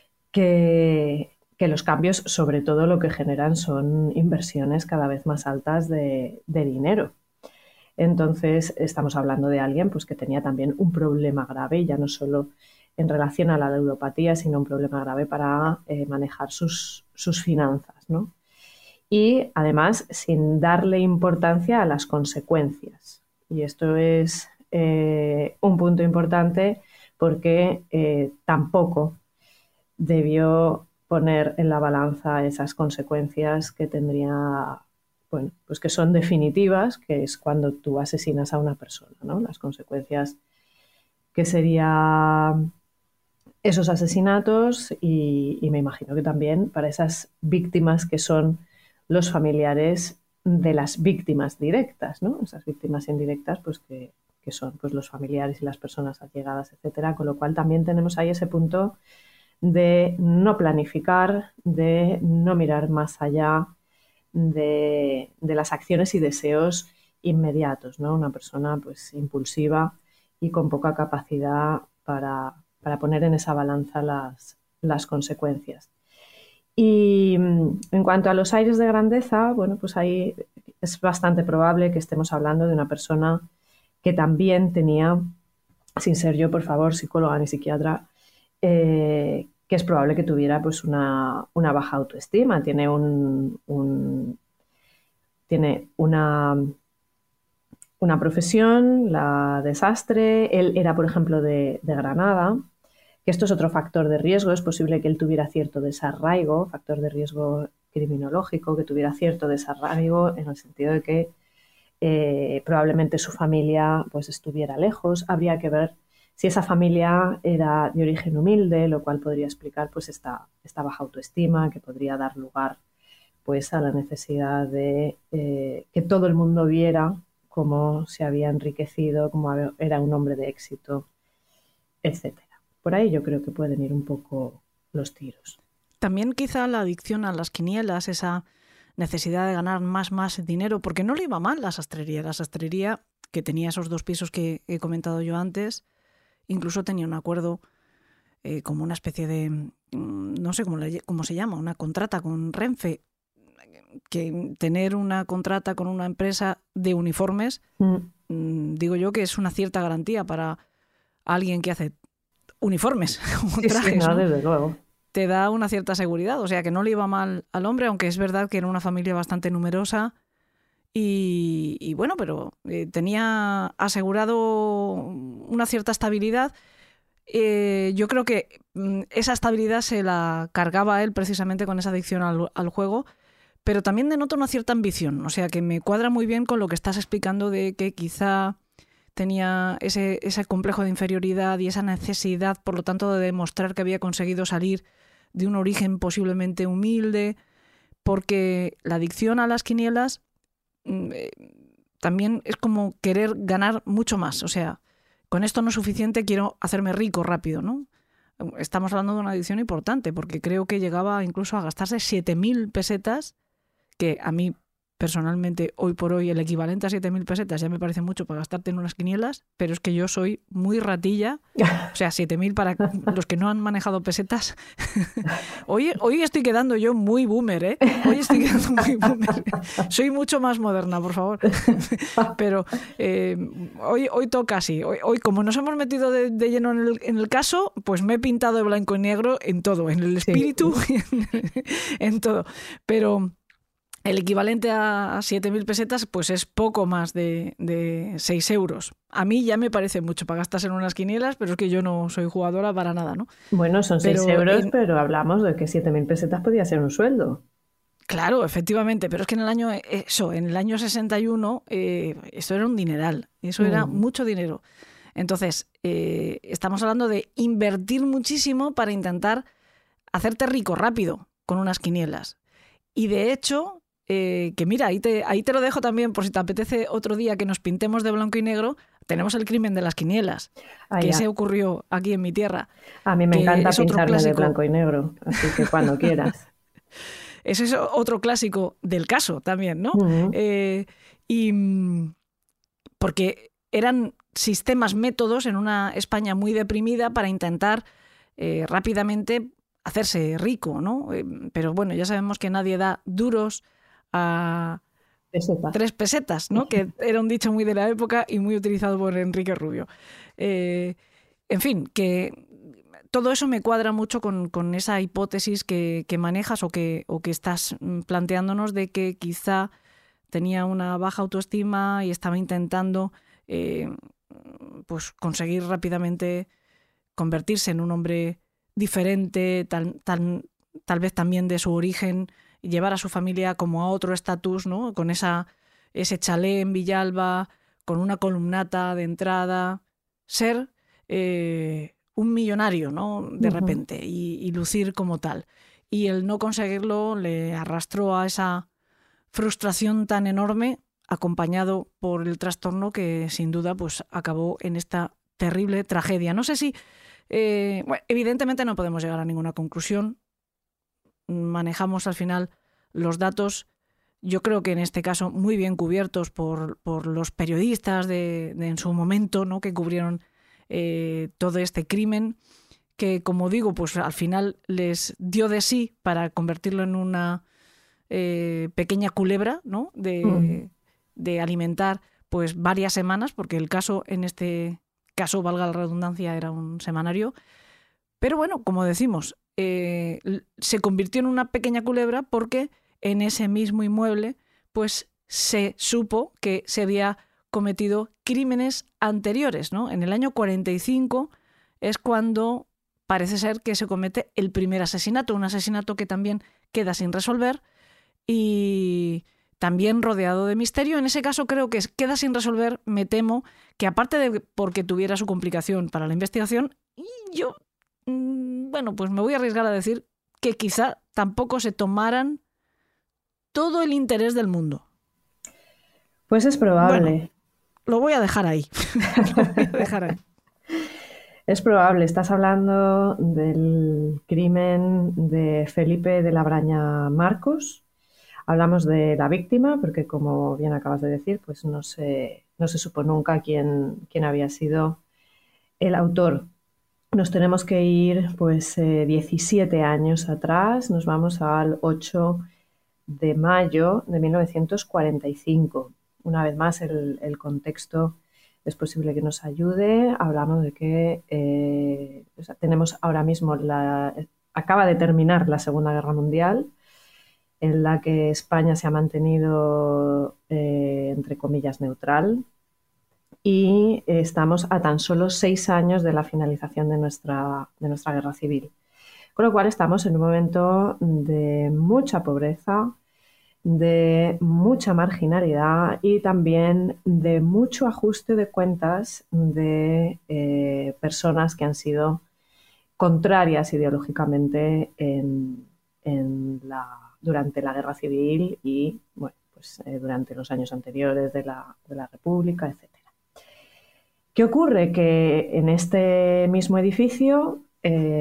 que los cambios, sobre todo, lo que generan son inversiones cada vez más altas de dinero. Entonces, estamos hablando de alguien pues, que tenía también un problema grave, ya no solo en relación a la ludopatía, sino un problema grave para manejar sus finanzas, ¿no? Y además, sin darle importancia a las consecuencias. Y esto es un punto importante, porque tampoco debió poner en la balanza esas consecuencias que tendría, bueno, pues que son definitivas, que es cuando tú asesinas a una persona, ¿no? Las consecuencias que serían esos asesinatos y me imagino que también para esas víctimas que son los familiares de las víctimas directas, ¿no? Esas víctimas indirectas, pues que son pues, los familiares y las personas allegadas, etcétera, con lo cual también tenemos ahí ese punto de no planificar, de no mirar más allá de las acciones y deseos inmediatos, ¿no? Una persona pues impulsiva y con poca capacidad para poner en esa balanza las consecuencias. Y en cuanto a los aires de grandeza, bueno, pues ahí es bastante probable que estemos hablando de una persona que también tenía, sin ser yo, por favor, psicóloga ni psiquiatra, que es probable que tuviera pues una baja autoestima, tiene una profesión, la desastre. Él era, por ejemplo, de Granada, que esto es otro factor de riesgo. Es posible que él tuviera cierto desarraigo, factor de riesgo criminológico, que tuviera cierto desarraigo en el sentido de que probablemente su familia pues estuviera lejos. Habría que ver si esa familia era de origen humilde, lo cual podría explicar pues esta baja autoestima, que podría dar lugar pues a la necesidad de que todo el mundo viera cómo se había enriquecido, cómo era un hombre de éxito, etcétera. Por ahí yo creo que pueden ir un poco los tiros. También quizá la adicción a las quinielas, esa necesidad de ganar más dinero, porque no le iba mal la sastrería. La sastrería, que tenía esos 2 pisos que he comentado yo antes, incluso tenía un acuerdo como una especie de, no sé cómo se llama, una contrata con Renfe, que tener una contrata con una empresa de uniformes, digo yo que es una cierta garantía para alguien que hace uniformes o trajes, sí, no, ¿no? desde luego. Te da una cierta seguridad, o sea que no le iba mal al hombre, aunque es verdad que era una familia bastante numerosa y bueno, pero tenía asegurado una cierta estabilidad. Yo creo que esa estabilidad se la cargaba él precisamente con esa adicción al juego, pero también denota una cierta ambición, o sea que me cuadra muy bien con lo que estás explicando de que quizá tenía ese complejo de inferioridad y esa necesidad, por lo tanto, de demostrar que había conseguido salir de un origen posiblemente humilde, porque la adicción a las quinielas también es como querer ganar mucho más. O sea, con esto no es suficiente, quiero hacerme rico rápido, ¿no? Estamos hablando de una adicción importante, porque creo que llegaba incluso a gastarse 7.000 pesetas, que a mí personalmente, hoy por hoy, el equivalente a 7.000 pesetas ya me parece mucho para gastarte en unas quinielas, pero es que yo soy muy ratilla. O sea, 7.000 para los que no han manejado pesetas. Hoy estoy quedando yo muy boomer, ¿eh? Hoy estoy quedando muy boomer. Soy mucho más moderna, por favor. Pero hoy toca así. Hoy, como nos hemos metido de lleno en el caso, pues me he pintado de blanco y negro en todo, en el espíritu, sí. En todo. Pero el equivalente a 7.000 pesetas pues es poco más de 6 euros. A mí ya me parece mucho para gastarse en unas quinielas, pero es que yo no soy jugadora para nada, ¿no? Bueno, son 6 euros, pero hablamos de que 7.000 pesetas podía ser un sueldo. Claro, efectivamente, pero es que en el año 61 esto era un dineral, eso era mucho dinero. Entonces, estamos hablando de invertir muchísimo para intentar hacerte rico rápido con unas quinielas. Y de hecho, que mira, ahí te lo dejo también por si te apetece otro día que nos pintemos de blanco y negro. Tenemos el crimen de las quinielas, que se ocurrió aquí en mi tierra. A mí me encanta pintarme de blanco y negro, así que cuando quieras. Ese es otro clásico del caso también, ¿no? Y porque eran sistemas, métodos en una España muy deprimida para intentar rápidamente hacerse rico, ¿no? Pero bueno, ya sabemos que nadie da duros a 3 pesetas, ¿no? Que era un dicho muy de la época y muy utilizado por Enrique Rubio. En fin, que todo eso me cuadra mucho con esa hipótesis que manejas o que estás planteándonos de que quizá tenía una baja autoestima y estaba intentando pues conseguir rápidamente convertirse en un hombre diferente, tal vez también de su origen, y llevar a su familia como a otro estatus, ¿no? Con ese chalet en Villalba, con una columnata de entrada, ser un millonario, ¿no? De repente, y lucir como tal. Y el no conseguirlo le arrastró a esa frustración tan enorme, acompañado por el trastorno que sin duda pues acabó en esta terrible tragedia. No sé si bueno, evidentemente no podemos llegar a ninguna conclusión. Manejamos al final los datos, yo creo que en este caso muy bien cubiertos por los periodistas de en su momento, ¿no? Que cubrieron todo este crimen, que como digo, pues al final les dio de sí para convertirlo en una pequeña culebra, ¿no? De alimentar pues varias semanas, porque el caso en este caso, valga la redundancia, era un semanario. Pero bueno, como decimos, se convirtió en una pequeña culebra porque en ese mismo inmueble pues se supo que se había cometido crímenes anteriores, ¿no? En el año 45 es cuando parece ser que se comete el primer asesinato, un asesinato que también queda sin resolver y también rodeado de misterio. En ese caso creo que queda sin resolver, me temo, que aparte de porque tuviera su complicación para la investigación, y yo, bueno, pues me voy a arriesgar a decir que quizá tampoco se tomaran todo el interés del mundo. Pues es probable. Bueno, lo voy a dejar ahí. Lo voy a dejar ahí. Es probable. Estás hablando del crimen de Felipe de la Braña Marcos. Hablamos de la víctima porque, como bien acabas de decir, pues no se supo nunca quién había sido el autor. Nos tenemos que ir pues 17 años atrás. Nos vamos al 8 de mayo de 1945. Una vez más, el contexto es posible que nos ayude. Hablamos de que tenemos ahora mismo acaba de terminar la Segunda Guerra Mundial, en la que España se ha mantenido, entre comillas, neutral, y estamos a tan solo 6 años de la finalización de nuestra guerra civil. Con lo cual estamos en un momento de mucha pobreza, de mucha marginalidad y también de mucho ajuste de cuentas de personas que han sido contrarias ideológicamente durante la Guerra Civil y bueno, pues, durante los años anteriores de la República, etc. ¿Qué ocurre? Que en este mismo edificio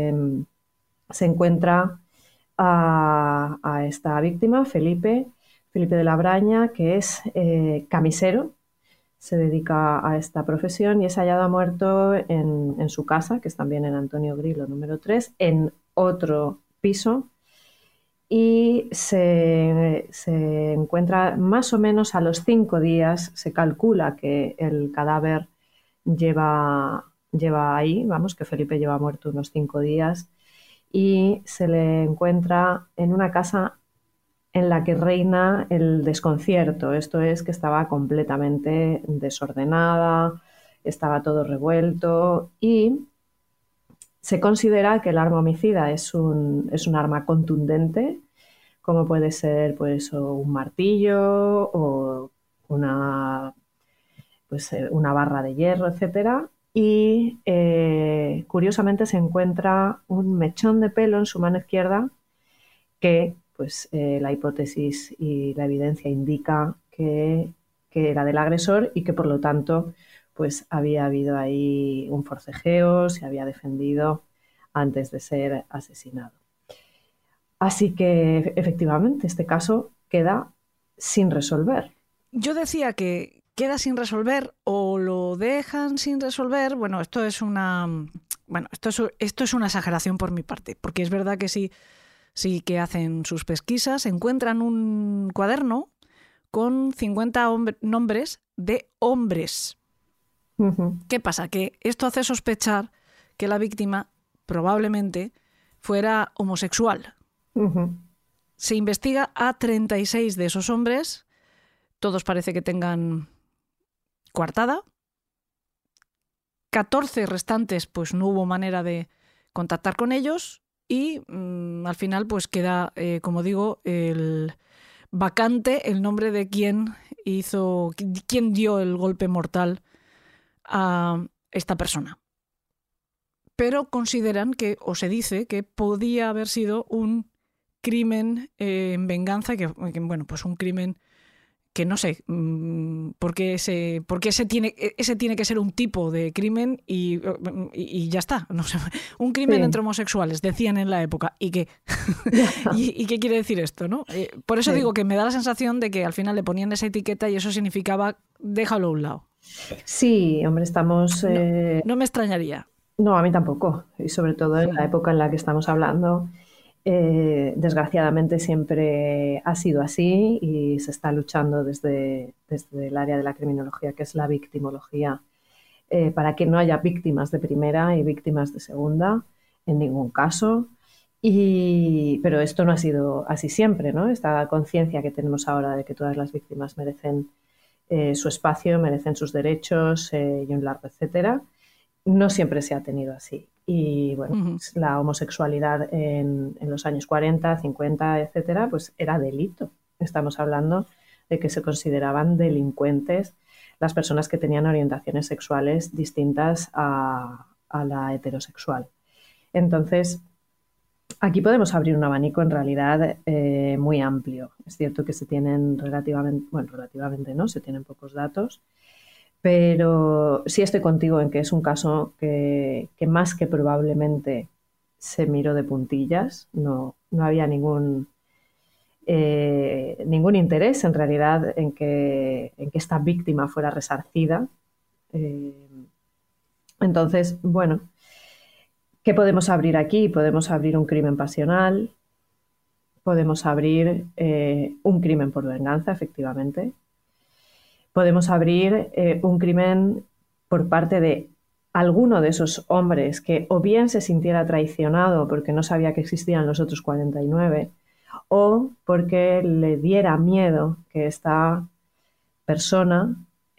se encuentra a esta víctima, Felipe Felipe de la Braña, que es camisero, se dedica a esta profesión y es hallado muerto en su casa, que es también en Antonio Grillo número 3, en otro piso, y se encuentra más o menos a los 5 días, se calcula que el cadáver lleva ahí, vamos, que Felipe lleva muerto unos 5 días, y se le encuentra en una casa en la que reina el desconcierto, esto es que estaba completamente desordenada, estaba todo revuelto y se considera que el arma homicida es un arma contundente, como puede ser pues, un martillo o una barra de hierro, etcétera. Y curiosamente se encuentra un mechón de pelo en su mano izquierda que pues la hipótesis y la evidencia indica que era del agresor y que por lo tanto pues había habido ahí un forcejeo, se había defendido antes de ser asesinado. Así que efectivamente este caso queda sin resolver. Yo decía que queda sin resolver o lo dejan sin resolver. Bueno, esto es una exageración por mi parte, porque es verdad que sí que hacen sus pesquisas, encuentran un cuaderno con 50 nombres de hombres. Uh-huh. ¿Qué pasa? Que esto hace sospechar que la víctima probablemente fuera homosexual. Uh-huh. Se investiga a 36 de esos hombres, todos parece que tengan coartada. 14 restantes, pues no hubo manera de contactar con ellos. Y al final pues queda, como digo, el vacante el nombre de quién dio el golpe mortal a esta persona. Pero consideran que, o se dice, que podía haber sido un crimen en venganza, que bueno, pues un crimen que no sé, porque ese tiene que ser un tipo de crimen y ya está. No sé, un crimen sí. entre homosexuales, decían en la época. ¿Y qué? ¿Y qué quiere decir esto, no? Por eso digo que me da la sensación de que al final le ponían esa etiqueta y eso significaba déjalo a un lado. Sí, hombre, estamos... No me extrañaría. No, a mí tampoco. Y sobre todo en la época en la que estamos hablando... desgraciadamente siempre ha sido así y se está luchando desde el área de la criminología, que es la victimología, para que no haya víctimas de primera y víctimas de segunda en ningún caso. Pero esto no ha sido así siempre, ¿no? Esta conciencia que tenemos ahora de que todas las víctimas merecen su espacio, merecen sus derechos y un largo etcétera, no siempre se ha tenido así. Y bueno, pues la homosexualidad en los años 40, 50, etcétera, pues era delito. Estamos hablando de que se consideraban delincuentes las personas que tenían orientaciones sexuales distintas a la heterosexual. Entonces, aquí podemos abrir un abanico en realidad muy amplio. Es cierto que se tienen relativamente no, se tienen pocos datos, pero sí estoy contigo en que es un caso que más que probablemente se miró de puntillas, no había ningún interés en realidad en que esta víctima fuera resarcida. Entonces, bueno, ¿qué podemos abrir aquí? Podemos abrir un crimen pasional, podemos abrir un crimen por venganza, efectivamente. Podemos abrir un crimen por parte de alguno de esos hombres que o bien se sintiera traicionado porque no sabía que existían los otros 49 o porque le diera miedo que esta persona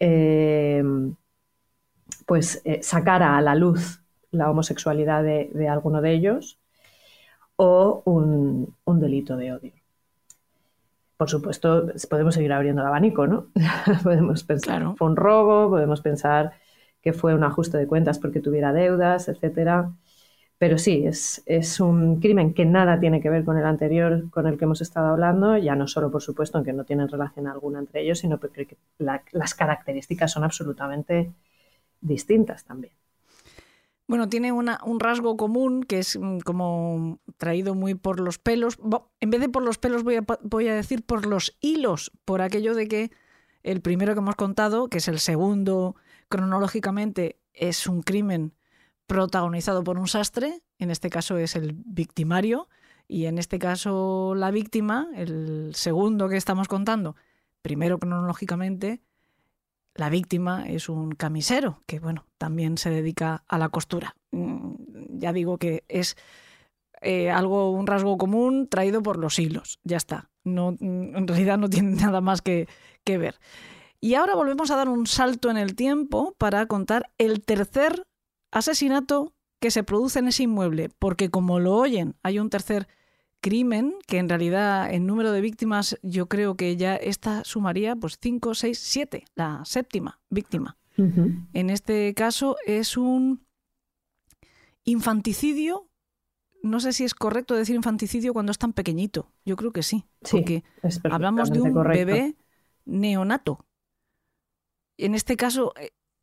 sacara a la luz la homosexualidad de alguno de ellos o un delito de odio. Por supuesto, podemos seguir abriendo el abanico, ¿no? Podemos pensar que fue un robo, podemos pensar que fue un ajuste de cuentas porque tuviera deudas, etcétera. Pero sí, es un crimen que nada tiene que ver con el anterior con el que hemos estado hablando, ya no solo, por supuesto, en que no tienen relación alguna entre ellos, sino porque las características son absolutamente distintas también. Bueno, tiene un rasgo común que es como traído muy por los pelos. En vez de por los pelos voy a decir por los hilos, por aquello de que el primero que hemos contado, que es el segundo cronológicamente, es un crimen protagonizado por un sastre, en este caso es el victimario, y en este caso la víctima, el segundo que estamos contando, primero cronológicamente, la víctima es un camisero, que bueno, también se dedica a la costura. Ya digo que es un rasgo común traído por los hilos, ya está. No, en realidad no tiene nada más que ver. Y ahora volvemos a dar un salto en el tiempo para contar el tercer asesinato que se produce en ese inmueble, porque como lo oyen, hay un tercer crimen que en realidad en número de víctimas yo creo que ya esta sumaría pues 5, 6, 7, la séptima víctima. Uh-huh. En este caso es un infanticidio. No sé si es correcto decir infanticidio cuando es tan pequeño. Yo creo que sí, porque hablamos de un bebé neonato. En este caso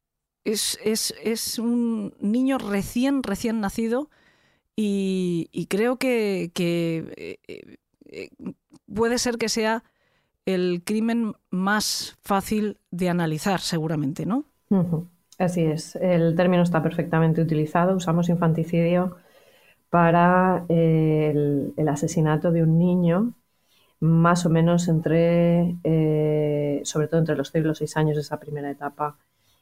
es un niño recién nacido y creo que puede ser que sea el crimen más fácil de analizar, seguramente, ¿no? Uh-huh. Así es. El término está perfectamente utilizado. Usamos infanticidio para el asesinato de un niño más o menos sobre todo entre los 0 y los 6 años, esa primera etapa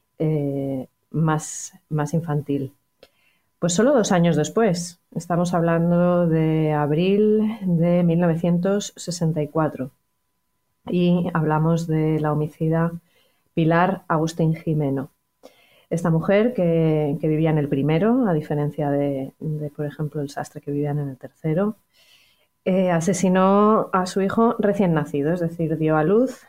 más infantil. Pues solo 2 años después, estamos hablando de abril de 1964 y hablamos de la homicida Pilar Agustín Jimeno. Esta mujer que vivía en el primero, a diferencia de, por ejemplo, el sastre que vivía en el tercero, asesinó a su hijo recién nacido, es decir, dio a luz.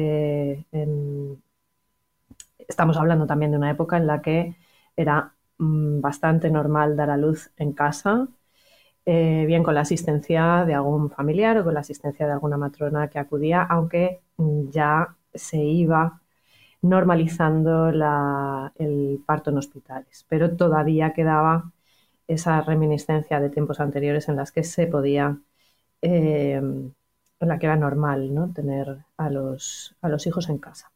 Estamos hablando también de una época en la que era bastante normal dar a luz en casa, bien con la asistencia de algún familiar o con la asistencia de alguna matrona que acudía, aunque ya se iba normalizando el parto en hospitales, pero todavía quedaba esa reminiscencia de tiempos anteriores en las que se podía, en la que era normal, ¿no?, tener a los hijos en casa.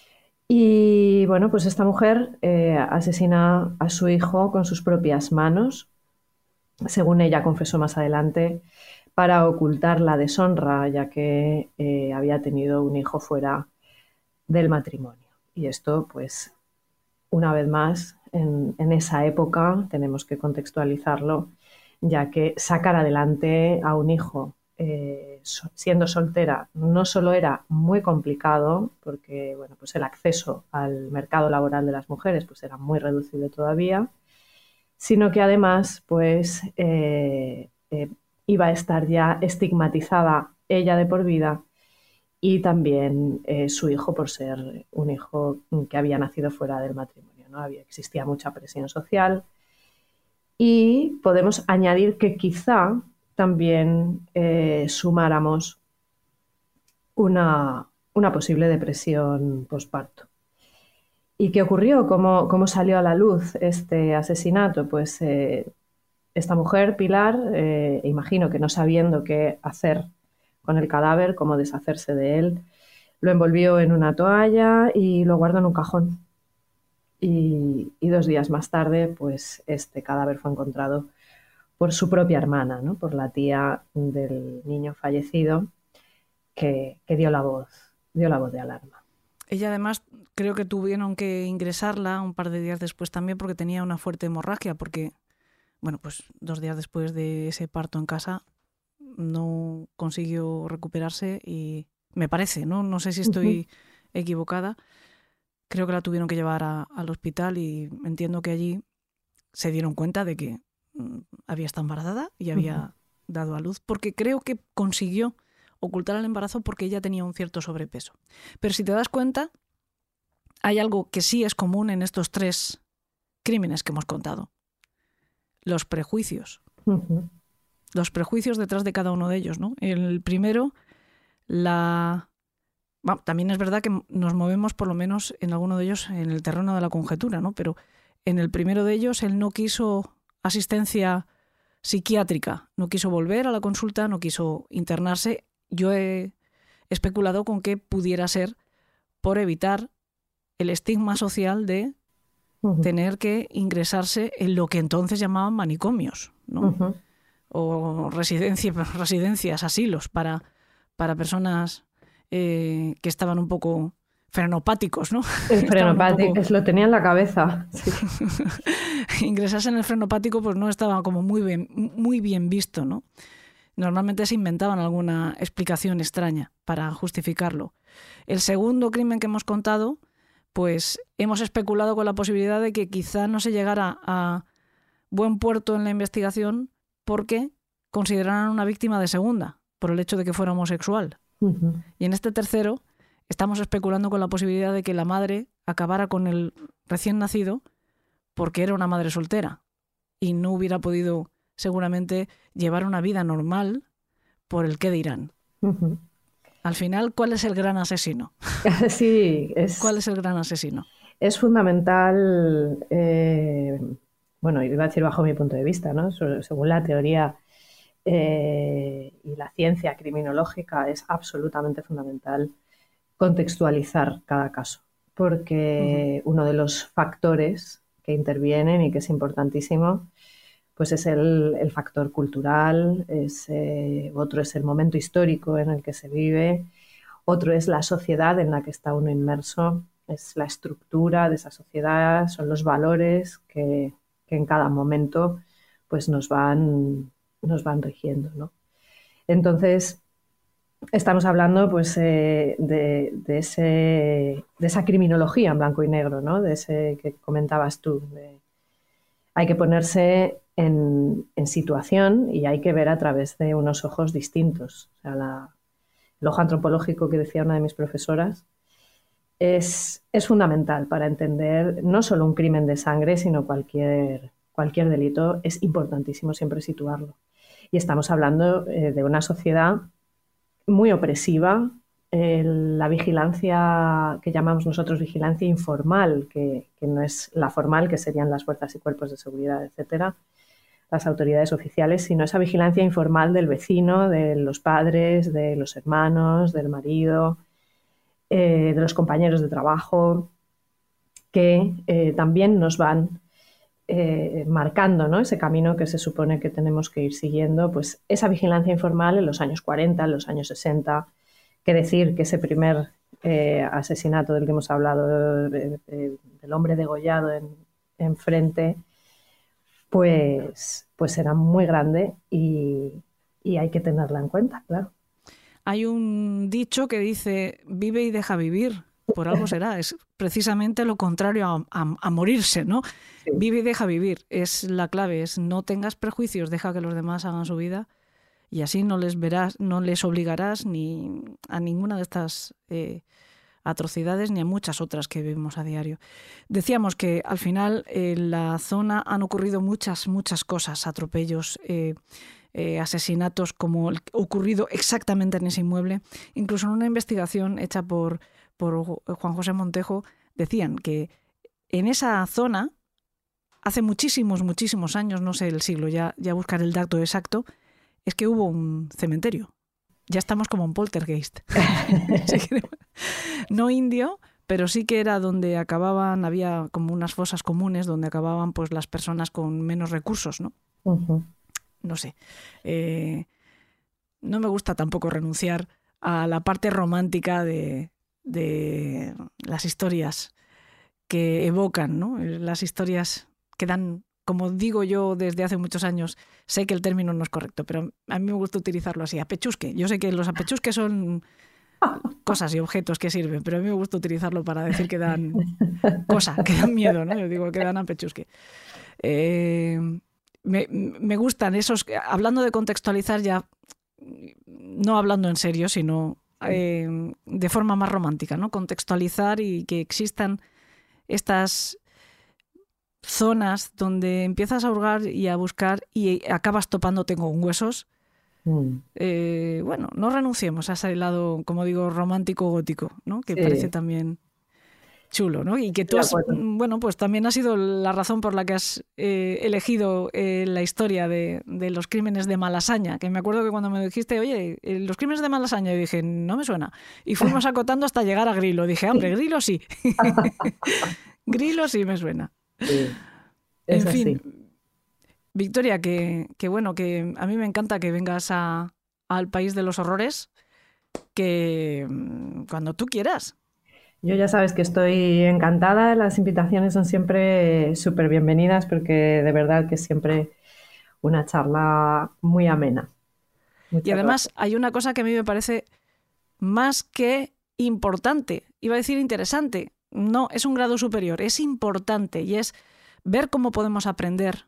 Y bueno, pues esta mujer asesina a su hijo con sus propias manos, según ella confesó más adelante, para ocultar la deshonra, ya que había tenido un hijo fuera del matrimonio. Y esto, pues, una vez más, en esa época tenemos que contextualizarlo, ya que sacar adelante a un hijo siendo soltera no solo era muy complicado, porque bueno, pues el acceso al mercado laboral de las mujeres pues era muy reducido todavía, sino que además pues iba a estar ya estigmatizada ella de por vida y también su hijo por ser un hijo que había nacido fuera del matrimonio, ¿no? Existía mucha presión social y podemos añadir que quizá también sumáramos una posible depresión posparto. ¿Y qué ocurrió? ¿Cómo salió a la luz este asesinato? Pues esta mujer, Pilar, imagino que no sabiendo qué hacer con el cadáver, cómo deshacerse de él, lo envolvió en una toalla y lo guardó en un cajón. Y 2 días más tarde, pues este cadáver fue encontrado por su propia hermana, ¿no?, por la tía del niño fallecido, que dio la voz de alarma. Ella además creo que tuvieron que ingresarla un par de días después también porque tenía una fuerte hemorragia, porque bueno, pues 2 días después de ese parto en casa no consiguió recuperarse y me parece, no sé si estoy equivocada, creo que la tuvieron que llevar al hospital y entiendo que allí se dieron cuenta de que había estado embarazada y había dado a luz, porque creo que consiguió ocultar el embarazo porque ella tenía un cierto sobrepeso. Pero si te das cuenta, hay algo que sí es común en estos 3 crímenes que hemos contado. Los prejuicios. Los prejuicios detrás de cada uno de ellos, ¿no? El primero, también es verdad que nos movemos por lo menos en alguno de ellos en el terreno de la conjetura, ¿no? Pero En el primero de ellos, él no quiso asistencia psiquiátrica, no quiso volver a la consulta, no quiso internarse. Yo he especulado con que pudiera ser por evitar el estigma social de tener que ingresarse en lo que entonces llamaban manicomios, ¿no? O residencias, asilos para personas que estaban un poco frenopáticos, ¿no? El frenopático, lo tenía en la cabeza. Sí. Ingresarse en el frenopático pues no estaba como muy bien visto, ¿no? Normalmente se inventaban alguna explicación extraña para justificarlo. El segundo crimen que hemos contado, pues hemos especulado con la posibilidad de que quizá no se llegara a buen puerto en la investigación porque consideraran una víctima de segunda por el hecho de que fuera homosexual. Y en este tercero estamos especulando con la posibilidad de que la madre acabara con el recién nacido porque era una madre soltera y no hubiera podido seguramente llevar una vida normal por el qué dirán. Al final, ¿cuál es el gran asesino? Sí, ¿Cuál es el gran asesino? Es fundamental, bueno, iba a decir bajo mi punto de vista, ¿no? Según la teoría y la ciencia criminológica, es absolutamente fundamental contextualizar cada caso, porque uno de los factores que intervienen y que es importantísimo, pues es el factor cultural, otro es el momento histórico en el que se vive, otro es la sociedad en la que está uno inmerso, es la estructura de esa sociedad, son los valores que en cada momento pues nos van rigiendo, ¿no? Entonces, estamos hablando pues, de esa criminología en blanco y negro, ¿no? De ese que comentabas tú. Hay que ponerse en situación y hay que ver a través de unos ojos distintos. O sea, el ojo antropológico que decía una de mis profesoras es fundamental para entender no solo un crimen de sangre, sino cualquier delito. Es importantísimo siempre situarlo. Y estamos hablando de una sociedad muy opresiva, la vigilancia que llamamos nosotros vigilancia informal, que no es la formal, que serían las fuerzas y cuerpos de seguridad, etcétera, las autoridades oficiales, sino esa vigilancia informal del vecino, de los padres, de los hermanos, del marido, de los compañeros de trabajo, que también nos van marcando, ¿no? Ese camino que se supone que tenemos que ir siguiendo, pues esa vigilancia informal en los años 40, en los años 60, que decir que ese primer asesinato del que hemos hablado, del hombre degollado en frente, pues era muy grande y hay que tenerla en cuenta, claro. Hay un dicho que dice, vive y deja vivir. Por algo será, es precisamente lo contrario a morirse, ¿no? Sí. Vive y deja vivir, es la clave, es no tengas prejuicios, deja que los demás hagan su vida y así no les verás, no les obligarás ni a ninguna de estas atrocidades ni a muchas otras que vivimos a diario. Decíamos que al final en la zona han ocurrido muchas cosas, atropellos, asesinatos como el ocurrido exactamente en ese inmueble. Incluso en una investigación hecha por Juan José Montejo, decían que en esa zona, hace muchísimos años, no sé el siglo, ya buscar el dato exacto, es que hubo un cementerio. Ya estamos como en Poltergeist. No indio, pero sí que era donde acababan, había como unas fosas comunes donde acababan pues las personas con menos recursos, ¿no? No sé. No me gusta tampoco renunciar a la parte romántica de las historias que evocan, ¿no? Las historias que dan, como digo yo desde hace muchos años, sé que el término no es correcto, pero a mí me gusta utilizarlo así, apechusque. Yo sé que los apechusques son cosas y objetos que sirven, pero a mí me gusta utilizarlo para decir que dan cosa, que dan miedo, ¿no? Yo digo que dan apechusque. Me gustan esos, hablando de contextualizar ya, no hablando en serio, sino de forma más romántica, ¿no? Contextualizar y que existan estas zonas donde empiezas a hurgar y a buscar y acabas topándote con huesos. Bueno, no renunciemos a ese lado, como digo, romántico gótico, ¿no? Que sí. Parece también chulo, ¿no? Y que tú has, bueno, pues también ha sido la razón por la que has elegido la historia de los crímenes de Malasaña, que me acuerdo que cuando me dijiste, oye, los crímenes de Malasaña, yo dije, no me suena. Y fuimos acotando hasta llegar a Grilo. Dije, hombre, Grilo sí. Grilo sí me suena. Sí, en fin, así. Victoria, que bueno, que a mí me encanta que vengas al país de los horrores, que cuando tú quieras. Yo ya sabes que estoy encantada, las invitaciones son siempre súper bienvenidas porque de verdad que es siempre una charla muy amena. Y además hay una cosa que a mí me parece más que importante, iba a decir interesante, no, es un grado superior, es importante y es ver cómo podemos aprender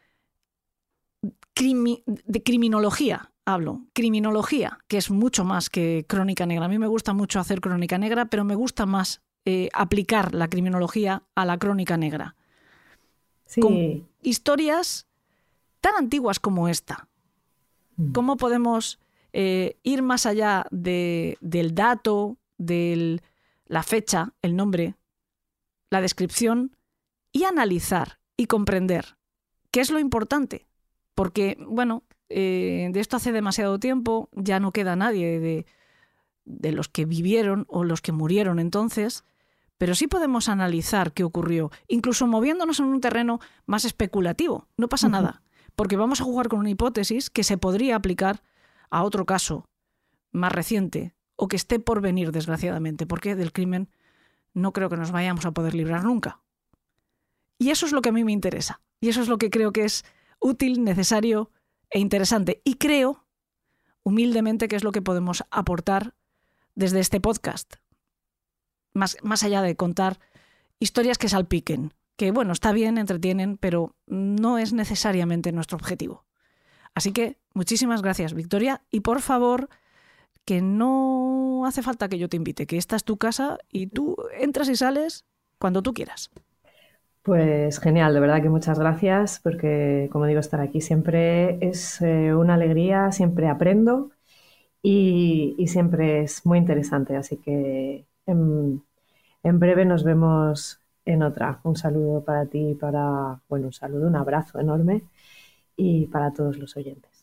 de criminología. Hablo, criminología, que es mucho más que crónica negra. A mí me gusta mucho hacer crónica negra, pero me gusta más aplicar la criminología a la crónica negra. Sí. Con historias tan antiguas como esta. ¿Cómo podemos ir más allá del dato, de la fecha, el nombre, la descripción y analizar y comprender qué es lo importante? Porque, bueno, de esto hace demasiado tiempo, ya no queda nadie de los que vivieron o los que murieron entonces, pero sí podemos analizar qué ocurrió, incluso moviéndonos en un terreno más especulativo. No pasa nada, porque vamos a jugar con una hipótesis que se podría aplicar a otro caso más reciente o que esté por venir, desgraciadamente, porque del crimen no creo que nos vayamos a poder librar nunca. Y eso es lo que a mí me interesa, y eso es lo que creo que es útil, necesario e interesante. Y creo, humildemente, que es lo que podemos aportar desde este podcast. Más allá de contar historias que salpiquen, que, bueno, está bien, entretienen, pero no es necesariamente nuestro objetivo. Así que, muchísimas gracias, Victoria. Y, por favor, que no hace falta que yo te invite, que esta es tu casa y tú entras y sales cuando tú quieras. Pues genial, de verdad que muchas gracias, porque como digo, estar aquí siempre es una alegría, siempre aprendo y siempre es muy interesante, así que en breve nos vemos en otra. Un saludo para ti, un abrazo enorme y para todos los oyentes.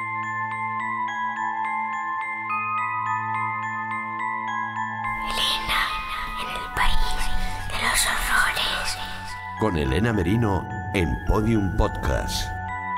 Elena, en el país de los horrores. Con Elena Merino en Podium Podcast.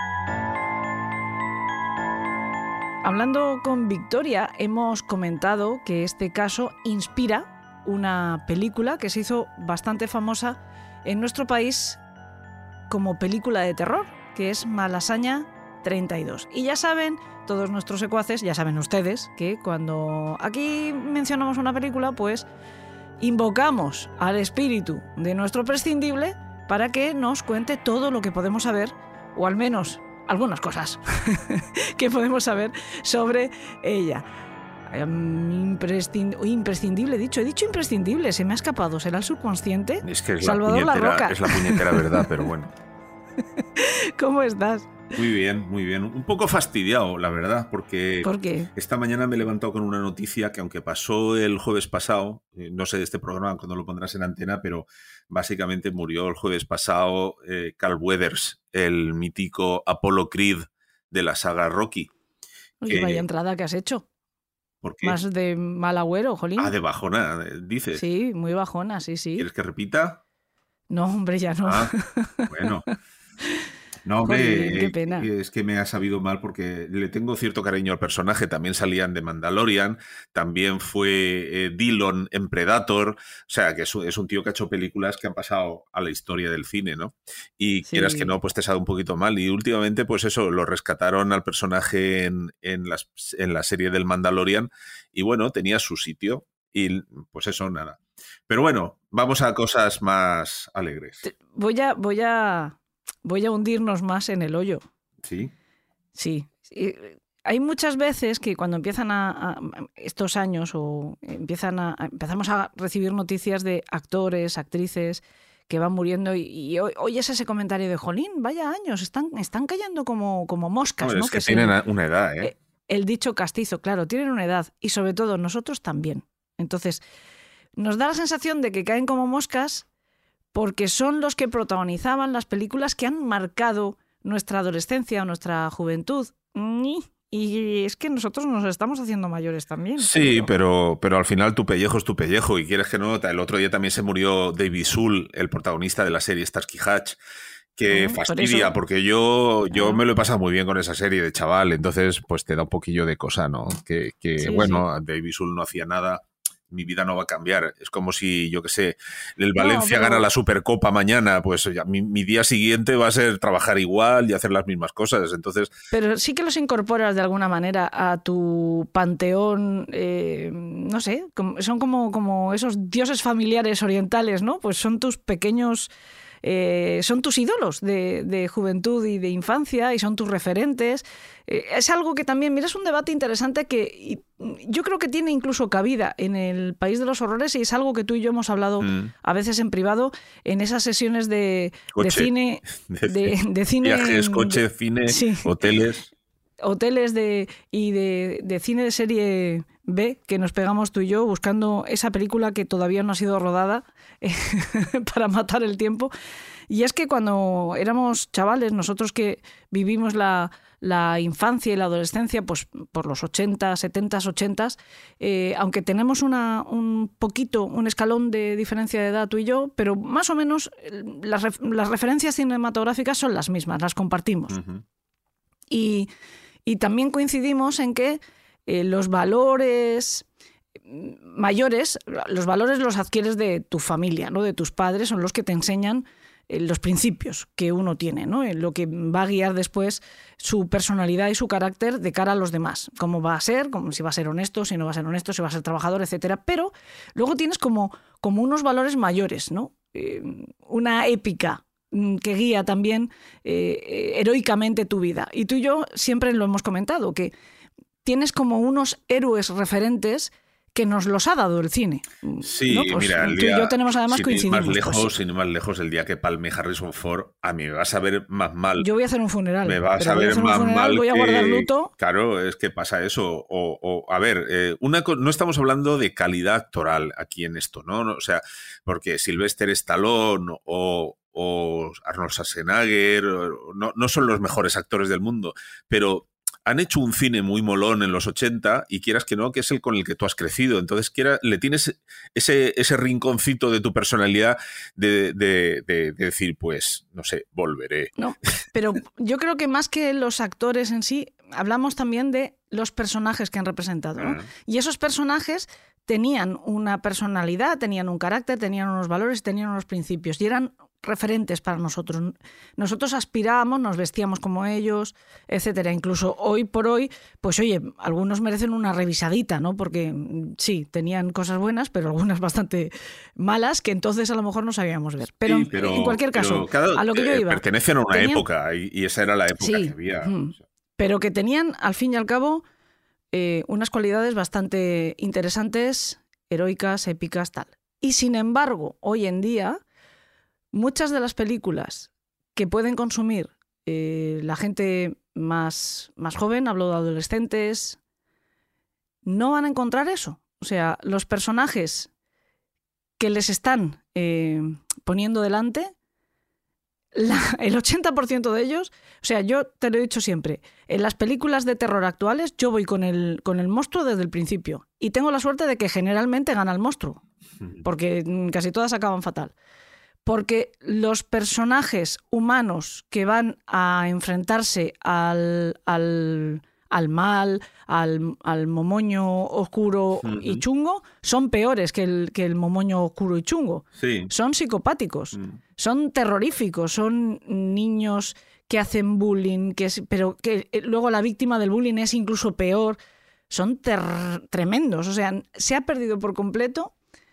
Hablando con Victoria, hemos comentado que este caso inspira una película que se hizo bastante famosa en nuestro país como película de terror, que es Malasaña 32. Y ya saben, todos nuestros secuaces, ya saben ustedes, que cuando aquí mencionamos una película, pues invocamos al espíritu de nuestro prescindible para que nos cuente todo lo que podemos saber, o al menos algunas cosas que podemos saber sobre ella. Imprescindible, he dicho imprescindible, se me ha escapado, ¿será el subconsciente? Es que es Salvador La Roca. Es la puñetera verdad, pero bueno. ¿Cómo estás? Muy bien, muy bien. Un poco fastidiado, la verdad, porque ¿Por qué? Esta mañana me he levantado con una noticia que, aunque pasó el jueves pasado, no sé de este programa cuando lo pondrás en antena, pero básicamente murió el jueves pasado Carl Weathers, el mítico Apollo Creed de la saga Rocky. Oye, vaya entrada que has hecho. ¿Por qué? Más de mal agüero, jolín. Ah, de bajona, dices. Sí, muy bajona, sí. ¿Quieres que repita? No, hombre, ya no. Ah, bueno. No, hombre, joder, qué pena. Es que me ha sabido mal porque le tengo cierto cariño al personaje. También salían de Mandalorian, también fue Dillon en Predator. O sea, que es un tío que ha hecho películas que han pasado a la historia del cine, ¿no? Y sí, quieras que no, pues te sabe un poquito mal. Y últimamente, pues eso, lo rescataron al personaje en la serie del Mandalorian y bueno, tenía su sitio. Y pues eso, nada. Pero bueno, vamos a cosas más alegres. Voy a hundirnos más en el hoyo. ¿Sí? Sí. Hay muchas veces que cuando empiezan a estos años o empezamos a recibir noticias de actores, actrices que van muriendo y oyes ese comentario de jolín, vaya años, están cayendo como moscas. No, ¿no? Es que tienen una edad, ¿eh? El dicho castizo, claro, tienen una edad y sobre todo nosotros también. Entonces, nos da la sensación de que caen como moscas porque son los que protagonizaban las películas que han marcado nuestra adolescencia o nuestra juventud. Y es que nosotros nos estamos haciendo mayores también. Sí, pero al final tu pellejo es tu pellejo y quieres que no. El otro día también se murió David Soul, el protagonista de la serie Starsky Hutch, que fastidia, porque yo me lo he pasado muy bien con esa serie de chaval, entonces pues te da un poquillo de cosa, ¿no? Que sí, bueno, sí. David Soul no hacía nada. Mi vida no va a cambiar. Es como si, yo qué sé, el Valencia gana la Supercopa mañana, pues ya, mi día siguiente va a ser trabajar igual y hacer las mismas cosas. Entonces, pero sí que los incorporas de alguna manera a tu panteón, no sé, son como esos dioses familiares orientales, ¿no? Pues son tus pequeños... son tus ídolos de juventud y de infancia y son tus referentes. Es algo que también, mira, es un debate interesante que yo creo que tiene incluso cabida en el País de los Horrores y es algo que tú y yo hemos hablado a veces en privado en esas sesiones de cine. De cine, viajes, coche, cine, sí. Hoteles y de cine de serie B que nos pegamos tú y yo buscando esa película que todavía no ha sido rodada para matar el tiempo. Y es que cuando éramos chavales, nosotros que vivimos la infancia y la adolescencia pues por los 80, 70, 80, aunque tenemos un escalón de diferencia de edad tú y yo, pero más o menos las referencias cinematográficas son las mismas, las compartimos. Uh-huh. Y también coincidimos en que los valores mayores, los valores los adquieres de tu familia, ¿no? De tus padres, son los que te enseñan los principios que uno tiene, ¿no? Lo que va a guiar después su personalidad y su carácter de cara a los demás. Cómo va a ser, si va a ser honesto, si no va a ser honesto, si va a ser trabajador, etcétera. Pero luego tienes como unos valores mayores, ¿no? Una épica que guía también heroicamente tu vida. Y tú y yo siempre lo hemos comentado, que tienes como unos héroes referentes que nos los ha dado el cine. Sí, ¿no? Pues mira, tú y yo tenemos además coincidimos. Sin ir más lejos, el día que palme Harrison Ford, a mí me vas a ver más mal. Yo voy a hacer un funeral. Me vas a ver más mal. Voy a guardar luto. Claro, es que pasa eso. A ver, no estamos hablando de calidad actoral aquí en esto, ¿no? O sea, porque Sylvester Stallone o Arnold Schwarzenegger no son los mejores actores del mundo, pero han hecho un cine muy molón en los 80 y quieras que no, que es el con el que tú has crecido. Entonces le tienes ese rinconcito de tu personalidad de decir, pues, no sé, volveré. No, pero yo creo que más que los actores en sí, hablamos también de los personajes que han representado, ¿no? Y esos personajes tenían una personalidad, tenían un carácter, tenían unos valores, tenían unos principios y eran referentes para nosotros. Nosotros aspirábamos, nos vestíamos como ellos, etcétera. Incluso hoy por hoy, pues oye, algunos merecen una revisadita, ¿no? Porque sí, tenían cosas buenas, pero algunas bastante malas que entonces a lo mejor no sabíamos ver. Pero, sí, en cualquier caso, a lo que yo iba... Pertenecen a una época y esa era la época que había. Pero que tenían, al fin y al cabo, unas cualidades bastante interesantes, heroicas, épicas, tal. Y sin embargo, hoy en día, muchas de las películas que pueden consumir la gente más joven, hablo de adolescentes, no van a encontrar eso. O sea, los personajes que les están poniendo delante, el 80% de ellos, o sea, yo te lo he dicho siempre, en las películas de terror actuales yo voy con el monstruo desde el principio y tengo la suerte de que generalmente gana el monstruo, porque casi todas acaban fatal. Porque los personajes humanos que van a enfrentarse al mal, al momoño oscuro y chungo, son peores que el momoño oscuro y chungo. Sí. Son psicopáticos, son terroríficos, son niños que hacen bullying, pero que luego la víctima del bullying es incluso peor. Son tremendos. O sea, se ha perdido por completo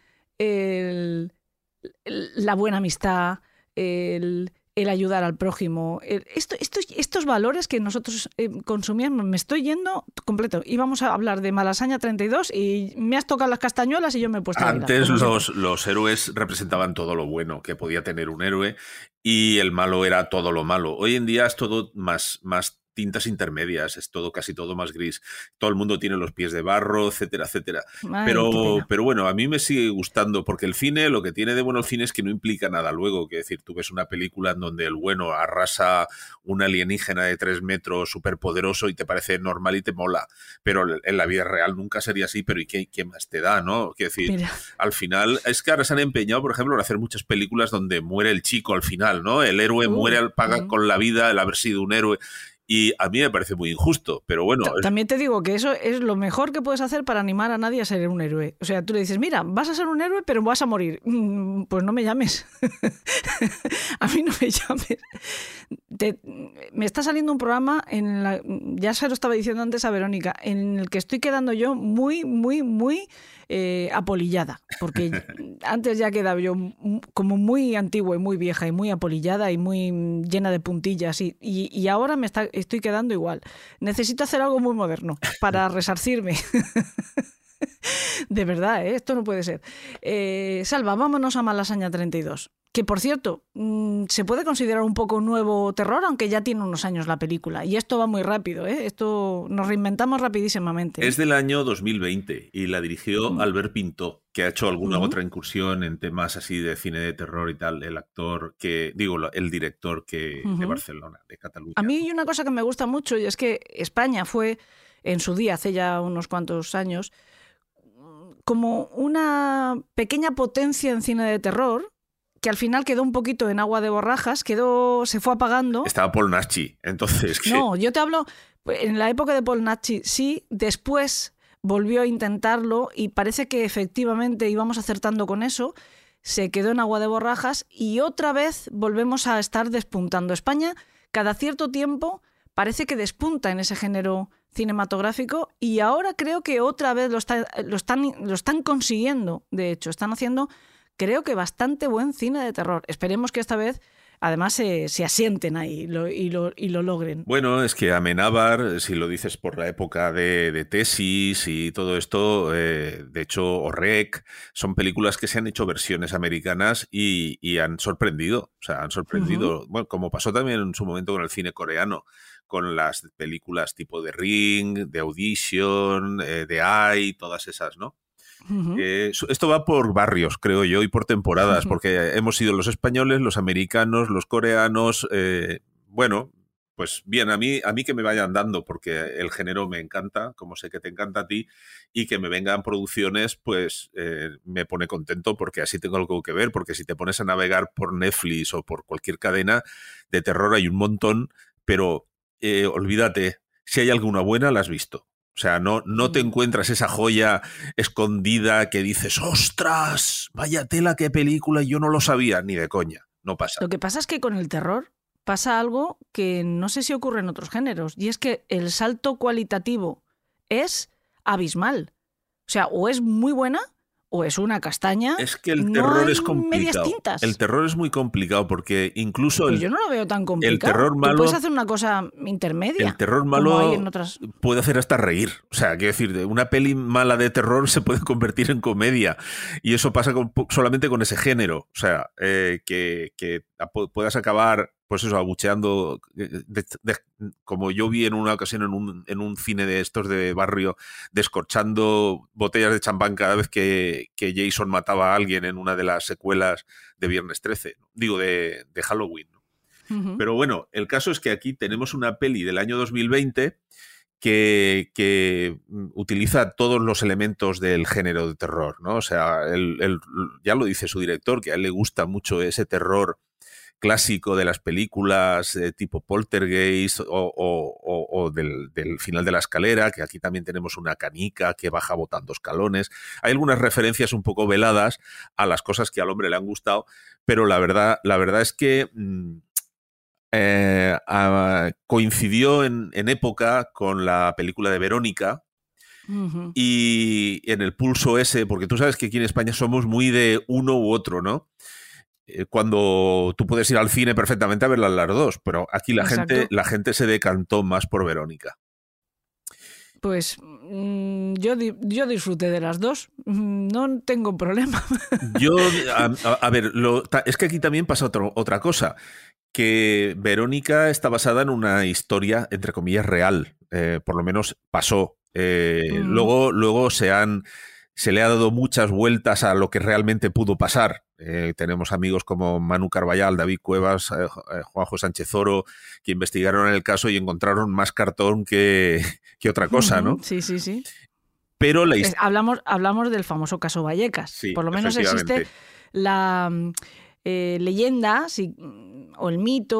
la buena amistad, el ayudar al prójimo, estos valores que nosotros consumíamos. Me estoy yendo completo. Íbamos a hablar de Malasaña 32 y me has tocado las castañuelas y yo me he puesto Antes los héroes representaban todo lo bueno que podía tener un héroe y el malo era todo lo malo. Hoy en día es todo más tintas intermedias, es todo, casi todo más gris. Todo el mundo tiene los pies de barro, etcétera, etcétera. Ay, qué pena. Pero bueno, a mí me sigue gustando, porque el cine, lo que tiene de bueno el cine es que no implica nada luego. Que decir, tú ves una película en donde el bueno arrasa un alienígena de 3 metros superpoderoso y te parece normal y te mola. Pero en la vida real nunca sería así, pero ¿y qué más te da, no? Quiero decir, Mira. al final, es que ahora se han empeñado, por ejemplo, en hacer muchas películas donde muere el chico al final, ¿no? El héroe muere, paga con la vida el haber sido un héroe. Y a mí me parece muy injusto, pero bueno. También te digo que eso es lo mejor que puedes hacer para animar a nadie a ser un héroe. O sea, tú le dices, mira, vas a ser un héroe, pero vas a morir. Pues no me llames. A mí no me llames. Me está saliendo un programa, ya se lo estaba diciendo antes a Verónica, en el que estoy quedando yo muy, muy, muy apolillada. Porque antes ya quedaba yo como muy antigua y muy vieja y muy apolillada y muy llena de puntillas. Y ahora estoy quedando igual. Necesito hacer algo muy moderno para resarcirme. De verdad, esto no puede ser. Salva, vámonos a Malasaña 32. Que, por cierto, se puede considerar un poco nuevo terror, aunque ya tiene unos años la película. Y esto va muy rápido, ¿eh? Esto nos reinventamos rapidísimamente. Es del año 2020 y la dirigió Albert Pintó, que ha hecho alguna otra incursión en temas así de cine de terror y tal. El director de Barcelona, de Cataluña. A mí hay una cosa que me gusta mucho y es que España fue, en su día, hace ya unos cuantos años, como una pequeña potencia en cine de terror, que al final quedó un poquito en agua de borrajas, se fue apagando. Estaba Paul Naschy, entonces... No, yo te hablo, en la época de Paul Naschy sí, después volvió a intentarlo y parece que efectivamente íbamos acertando con eso, se quedó en agua de borrajas y otra vez volvemos a estar despuntando. España, cada cierto tiempo, parece que despunta en ese género cinematográfico y ahora creo que otra vez lo están consiguiendo, de hecho, están haciendo... Creo que bastante buen cine de terror. Esperemos que esta vez, además, se asienten ahí y lo logren. Bueno, es que Amenábar, si lo dices por la época de Tesis y todo esto, de hecho, Orrec, son películas que se han hecho versiones americanas y han sorprendido. O sea, han sorprendido, bueno, como pasó también en su momento con el cine coreano, con las películas tipo de Ring, de Audition, de AI, todas esas, ¿no? Esto va por barrios, creo yo, y por temporadas, porque hemos sido los españoles, los americanos, los coreanos. Bueno, pues bien, a mí que me vayan dando, porque el género me encanta, como sé que te encanta a ti, y que me vengan producciones, pues me pone contento, porque así tengo algo que ver, porque si te pones a navegar por Netflix o por cualquier cadena de terror hay un montón, pero olvídate, si hay alguna buena, la has visto. O sea, no te encuentras esa joya escondida que dices, ¡ostras! Vaya tela, qué película, yo no lo sabía, ni de coña. No pasa. Lo que pasa es que con el terror pasa algo que no sé si ocurre en otros géneros, y es que el salto cualitativo es abismal. O sea, o es muy buena o es una castaña. Es que el terror es complicado. Medias tintas. El terror es muy complicado porque incluso... Pues yo no lo veo tan complicado. El terror malo... Tú puedes hacer una cosa intermedia. El terror malo hay en otras... puede hacer hasta reír. O sea, quiero decir, una peli mala de terror se puede convertir en comedia. Y eso pasa solamente con ese género. O sea, que puedas acabar... pues eso, abucheando, como yo vi en una ocasión en un cine de estos de barrio, descorchando botellas de champán cada vez que Jason mataba a alguien en una de las secuelas de Viernes 13, digo, de Halloween, ¿no? Pero bueno, el caso es que aquí tenemos una peli del año 2020 que utiliza todos los elementos del género de terror, ¿no? O sea, ya lo dice su director, que a él le gusta mucho ese terror clásico de las películas tipo Poltergeist o del final de la escalera, que aquí también tenemos una canica que baja botando escalones. Hay algunas referencias un poco veladas a las cosas que al hombre le han gustado, pero la verdad es que coincidió en época con la película de Verónica. Y en el pulso ese, porque tú sabes que aquí en España somos muy de uno u otro, ¿no? Cuando tú puedes ir al cine perfectamente a ver las dos, pero aquí la gente se decantó más por Verónica. Pues yo disfruté de las dos, no tengo problema. A ver, es que aquí también pasa otra cosa, que Verónica está basada en una historia, entre comillas, real, por lo menos pasó. Luego se le ha dado muchas vueltas a lo que realmente pudo pasar. Tenemos amigos como Manu Carballal, David Cuevas, Juanjo Sánchez Oro, que investigaron el caso y encontraron más cartón que otra cosa, ¿no? Sí. Pero hablamos del famoso caso Vallecas. Sí, por lo menos existe la leyenda, o el mito,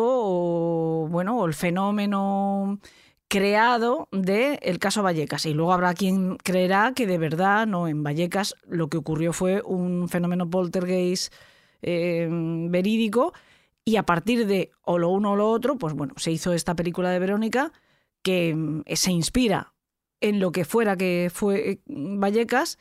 o el fenómeno creado del caso Vallecas. Y luego habrá quien creerá que de verdad, no, en Vallecas lo que ocurrió fue un fenómeno poltergeist verídico, y a partir de o lo uno o lo otro, pues bueno, se hizo esta película de Verónica que se inspira en lo que fuera que fue Vallecas,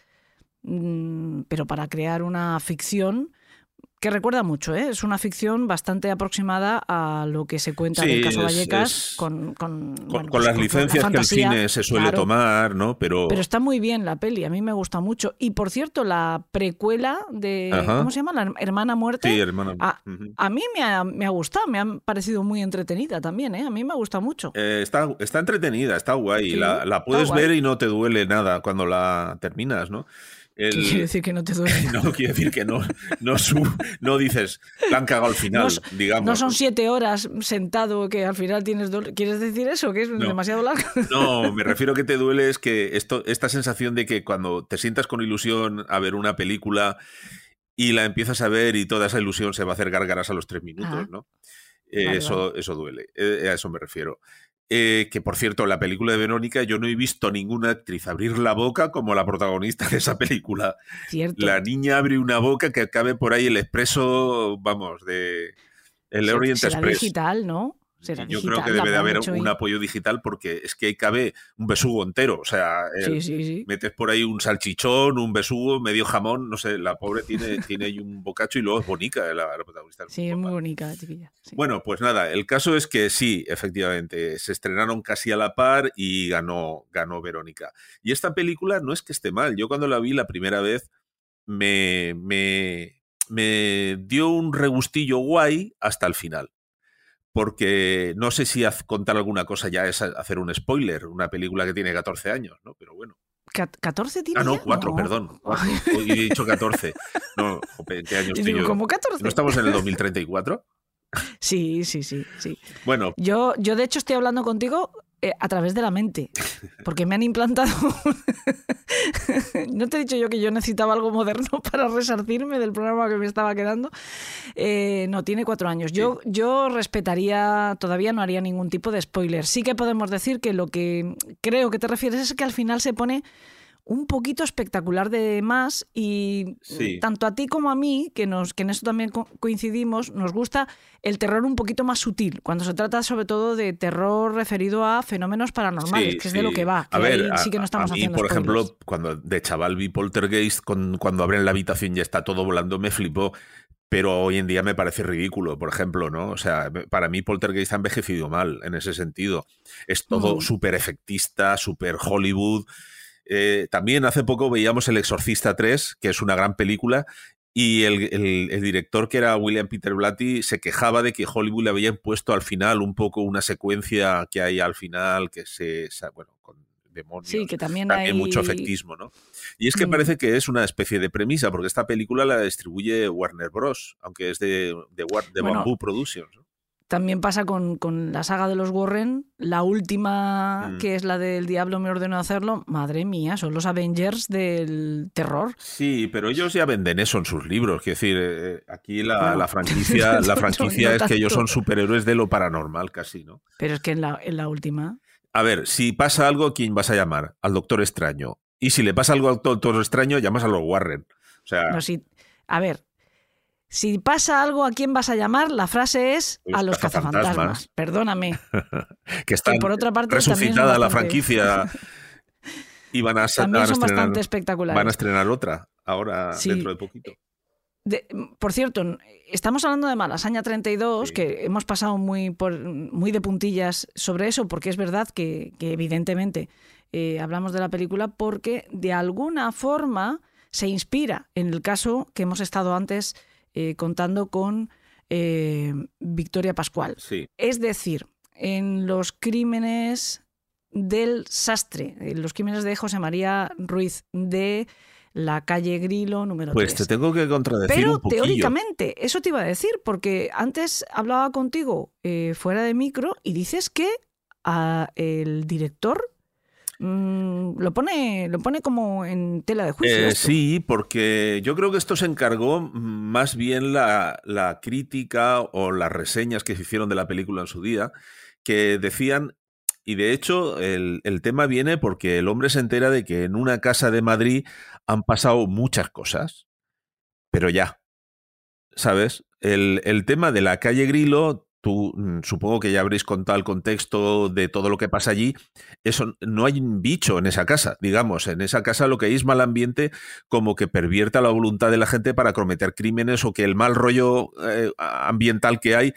pero para crear una ficción que recuerda mucho, ¿eh? Es una ficción bastante aproximada a lo que se cuenta del caso Vallecas con las licencias que el cine se suele tomar, ¿no? Pero está muy bien la peli, a mí me gusta mucho. Y por cierto, la precuela de, ¿cómo se llama? La Hermana Muerte. Sí, Hermana. A mí me ha gustado, me ha parecido muy entretenida también, ¿eh? A mí me gusta mucho. Está entretenida, está guay. Sí, la puedes ver y no te duele nada cuando la terminas, ¿no? ¿Qué quiere decir que no te duele? No, quiere decir que no dices, la han cagado al final, digamos. No son 7 horas sentado que al final tienes dolor. ¿Quieres decir eso? ¿Que es demasiado largo? No, me refiero a que te duele es que esta sensación de que cuando te sientas con ilusión a ver una película y la empiezas a ver y toda esa ilusión se va a hacer gárgaras a los 3 minutos, ¿no? Vale. Eso duele, a eso me refiero. Que por cierto, en la película de Verónica yo no he visto ninguna actriz abrir la boca como la protagonista de esa película. Cierto. La niña abre una boca que cabe por ahí el expreso, vamos, de el Orient será Express. Digital, ¿no? Yo creo que debe de haber un apoyo digital porque es que ahí cabe un besugo entero. O sea, sí. metes por ahí un salchichón, un besugo, medio jamón, no sé, la pobre tiene ahí un bocacho y luego es bonica la protagonista. Sí, es muy bonita la chiquilla. Sí. Bueno, pues nada, el caso es que sí, efectivamente, se estrenaron casi a la par y ganó Verónica. Y esta película no es que esté mal. Yo cuando la vi la primera vez me dio un regustillo guay hasta el final. Porque no sé si contar alguna cosa ya es hacer un spoiler, una película que tiene 14 años, ¿no? Pero bueno. ¿14 tiene? No, 4, no. Perdón. 4. Hoy he dicho 14. No, jope, ¿qué años estoy yo? ¿Cómo 14? ¿No estamos en el 2034? Sí. Bueno. Yo de hecho, estoy hablando contigo a través de la mente, porque me han implantado... ¿No te he dicho yo que yo necesitaba algo moderno para resarcirme del programa que me estaba quedando? No, tiene 4 años. Yo respetaría, todavía no haría ningún tipo de spoiler. Sí que podemos decir que lo que creo que te refieres es que al final se pone un poquito espectacular de más y tanto a ti como a mí, que en eso también coincidimos, nos gusta el terror un poquito más sutil, cuando se trata sobre todo de terror referido a fenómenos paranormales, que es de lo que va. Que a ver, sí que no estamos a mí, haciendo por spoilers. ejemplo, cuando de chaval vi Poltergeist, cuando abren la habitación y ya está todo volando, me flipó. Pero hoy en día me parece ridículo, por ejemplo, ¿no? O sea, para mí Poltergeist ha envejecido mal en ese sentido. Es todo súper efectista, súper Hollywood. También hace poco veíamos El Exorcista 3, que es una gran película, y el director, que era William Peter Blatty, se quejaba de que Hollywood le había impuesto al final un poco una secuencia que hay al final, que con demonios, sí, que también hay mucho efectismo, ¿no? Y es que parece que es una especie de premisa, porque esta película la distribuye Warner Bros., aunque es de Bamboo Productions, ¿no? También pasa con la saga de los Warren, la última, que es la del Diablo me ordenó hacerlo. Madre mía, son los Avengers del terror. Sí, pero ellos ya venden eso en sus libros. Quiero decir, aquí la franquicia es que ellos son superhéroes de lo paranormal casi, ¿no? Pero es que en la última... A ver, si pasa algo, ¿a quién vas a llamar? Al Doctor Extraño. Y si le pasa algo al Doctor Extraño, llamas a los Warren. O sea... No, sí. A ver... Si pasa algo, ¿a quién vas a llamar? La frase es a los cazafantasmas. Perdóname. Que están por otra parte, resucitada la franquicia y van a son bastante espectaculares. Van a estrenar otra ahora dentro de poquito. Por cierto, estamos hablando de Malasaña 32, que hemos pasado muy de puntillas sobre eso, porque es verdad que evidentemente hablamos de la película porque de alguna forma se inspira en el caso que hemos estado antes contando con Victoria Pascual. Sí. Es decir, en los crímenes del Sastre, en los crímenes de José María Ruiz de la calle Grilo número 3. Pues te tengo que contradecir un poquillo. Pero teóricamente, eso te iba a decir, porque antes hablaba contigo fuera de micro y dices que el director lo pone como en tela de juicio. Sí, porque yo creo que esto se encargó más bien la crítica o las reseñas que se hicieron de la película en su día, que decían, y de hecho el tema viene porque el hombre se entera de que en una casa de Madrid han pasado muchas cosas, pero ya, ¿sabes? El tema de la calle Grilo, tú supongo que ya habréis contado el contexto de todo lo que pasa allí. Eso, no hay un bicho en esa casa, digamos. En esa casa lo que hay es mal ambiente, como que pervierta la voluntad de la gente para cometer crímenes, o que el mal rollo ambiental que hay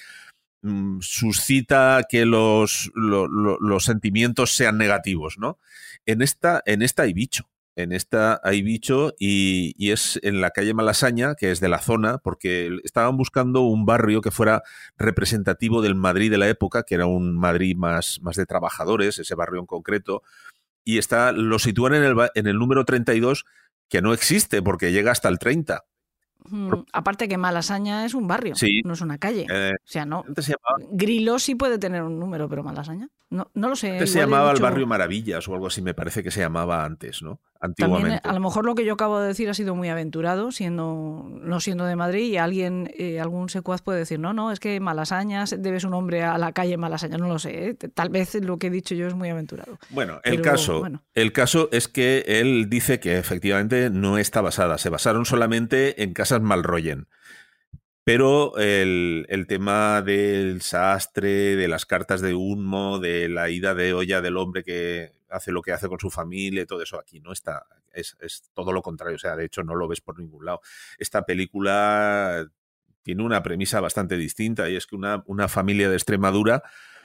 suscita que los sentimientos sean negativos, ¿no? En esta hay bicho. En esta hay bicho y es en la calle Malasaña, que es de la zona, porque estaban buscando un barrio que fuera representativo del Madrid de la época, que era un Madrid más de trabajadores, ese barrio en concreto, y lo sitúan en el número 32, que no existe porque llega hasta el 30. Aparte que Malasaña es un barrio, sí, no es una calle. O sea, no. Antes se llamaba, Grilo sí puede tener un número, pero Malasaña no lo sé. Antes se llamaba el barrio Maravillas o algo así, me parece que se llamaba antes, ¿no? Antiguamente. También, a lo mejor lo que yo acabo de decir ha sido muy aventurado, no siendo de Madrid, y algún secuaz puede decir, no, es que Malasaña debe su nombre a la calle Malasaña, no lo sé, tal vez lo que he dicho yo es muy aventurado. Bueno, el caso es que él dice que efectivamente no está basada, se basaron solamente en casas Malroyen. Pero el tema del sastre, de las cartas de humo, de la ida de olla del hombre que hace lo que hace con su familia y todo eso aquí no está. Es todo lo contrario. O sea, de hecho no lo ves por ningún lado. Esta película tiene una premisa bastante distinta, y es que una familia de Extremadura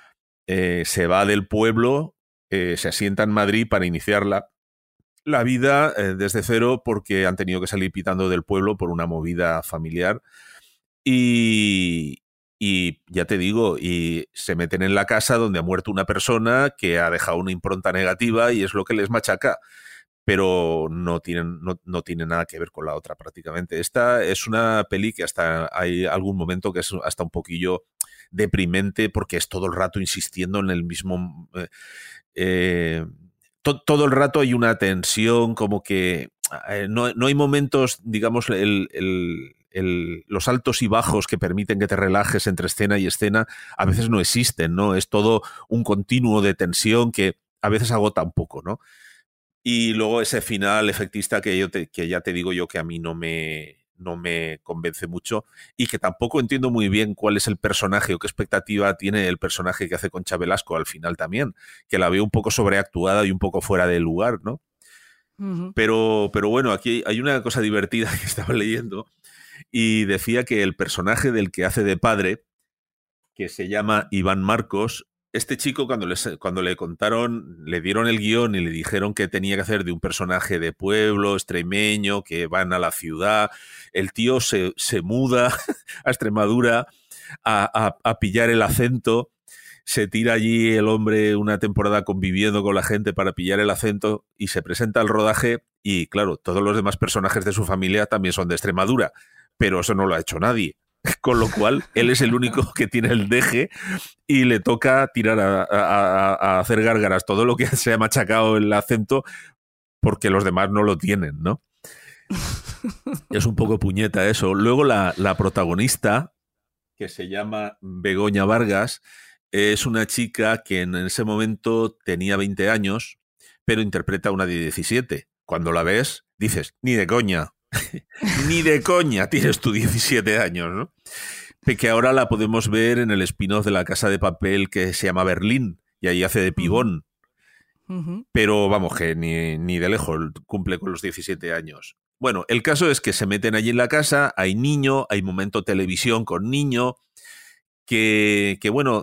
se va del pueblo, se asienta en Madrid para iniciar la vida desde cero, porque han tenido que salir pitando del pueblo por una movida familiar. Y ya te digo, y se meten en la casa donde ha muerto una persona que ha dejado una impronta negativa, y es lo que les machaca, pero no tiene nada que ver con la otra prácticamente. Esta es una peli que hasta hay algún momento que es hasta un poquillo deprimente, porque es todo el rato insistiendo en el mismo... todo el rato hay una tensión, como que no hay momentos, digamos, los altos y bajos que permiten que te relajes entre escena y escena, a veces no existen, ¿no? Es todo un continuo de tensión que a veces agota un poco, ¿no? Y luego ese final efectista que ya te digo yo que a mí no me convence mucho, y que tampoco entiendo muy bien cuál es el personaje o qué expectativa tiene el personaje que hace Concha Velasco al final también, que la veo un poco sobreactuada y un poco fuera de lugar, ¿no? Uh-huh. Pero bueno, aquí hay una cosa divertida que estaba leyendo, y decía que el personaje del que hace de padre, que se llama Iván Marcos, este chico cuando le contaron, le dieron el guión y le dijeron que tenía que hacer de un personaje de pueblo, extremeño, que van a la ciudad, el tío se muda a Extremadura a pillar el acento, se tira allí el hombre una temporada conviviendo con la gente para pillar el acento, y se presenta al rodaje, y claro, todos los demás personajes de su familia también son de Extremadura, pero eso no lo ha hecho nadie. Con lo cual, él es el único que tiene el deje y le toca tirar a hacer gárgaras todo lo que se ha machacado el acento, porque los demás no lo tienen, ¿no? Es un poco puñeta eso. Luego la protagonista, que se llama Begoña Vargas, es una chica que en ese momento tenía 20 años, pero interpreta a una de 17. Cuando la ves, dices, ni de coña. Ni de coña tienes tú 17 años, ¿no? Que ahora la podemos ver en el spin-off de La Casa de Papel, que se llama Berlín, y ahí hace de pibón. Uh-huh. Pero vamos, que ni de lejos cumple con los 17 años. Bueno, el caso es que se meten allí en la casa, hay niño, hay momento televisión con niño, que bueno,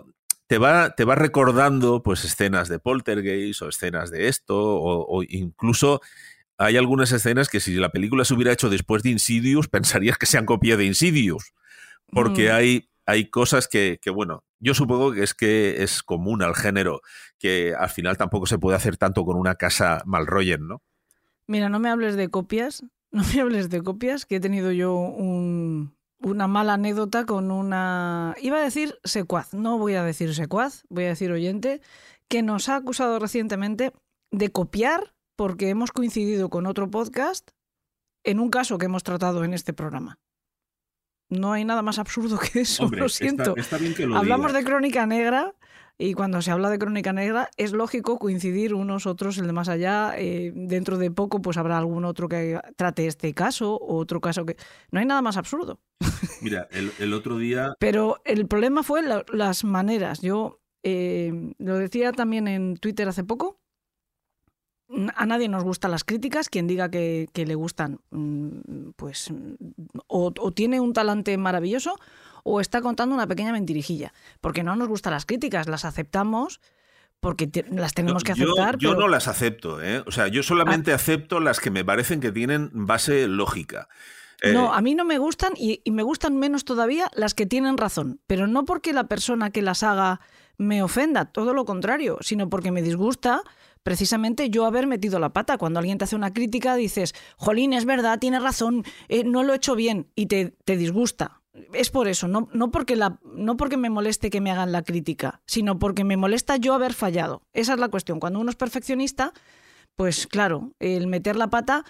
te va recordando pues escenas de Poltergeist o escenas de esto, o incluso hay algunas escenas que si la película se hubiera hecho después de Insidious, pensarías que se han copiado de Insidious, porque hay cosas que, bueno, yo supongo que es común al género, que al final tampoco se puede hacer tanto con una casa mal rollen, ¿no? Mira, no me hables de copias, que he tenido yo una mala anécdota con una... Iba a decir secuaz, no voy a decir secuaz, voy a decir oyente, que nos ha acusado recientemente de copiar porque hemos coincidido con otro podcast en un caso que hemos tratado en este programa. No hay nada más absurdo que eso, hombre, lo siento. Está bien que lo Hablamos digas. de Crónica Negra y cuando se habla de Crónica Negra es lógico coincidir unos, otros, el de más allá. Dentro de poco pues habrá algún otro que trate este caso o otro caso que... No hay nada más absurdo. Mira, el otro día... Pero el problema fue las maneras. Yo lo decía también en Twitter hace poco. A nadie nos gustan las críticas. Quien diga que le gustan, pues o tiene un talante maravilloso o está contando una pequeña mentirijilla. Porque no nos gustan las críticas, las aceptamos porque las tenemos que aceptar. Yo pero... no las acepto, ¿eh? O sea, yo solamente acepto las que me parecen que tienen base lógica. No, a mí no me gustan y me gustan menos todavía las que tienen razón. Pero no porque la persona que las haga me ofenda, todo lo contrario, sino porque me disgusta precisamente yo haber metido la pata. Cuando alguien te hace una crítica dices, jolín, es verdad, tienes razón, no lo he hecho bien, y te disgusta. Es por eso, no porque me moleste que me hagan la crítica, sino porque me molesta yo haber fallado. Esa es la cuestión. Cuando uno es perfeccionista, pues claro, el meter la pata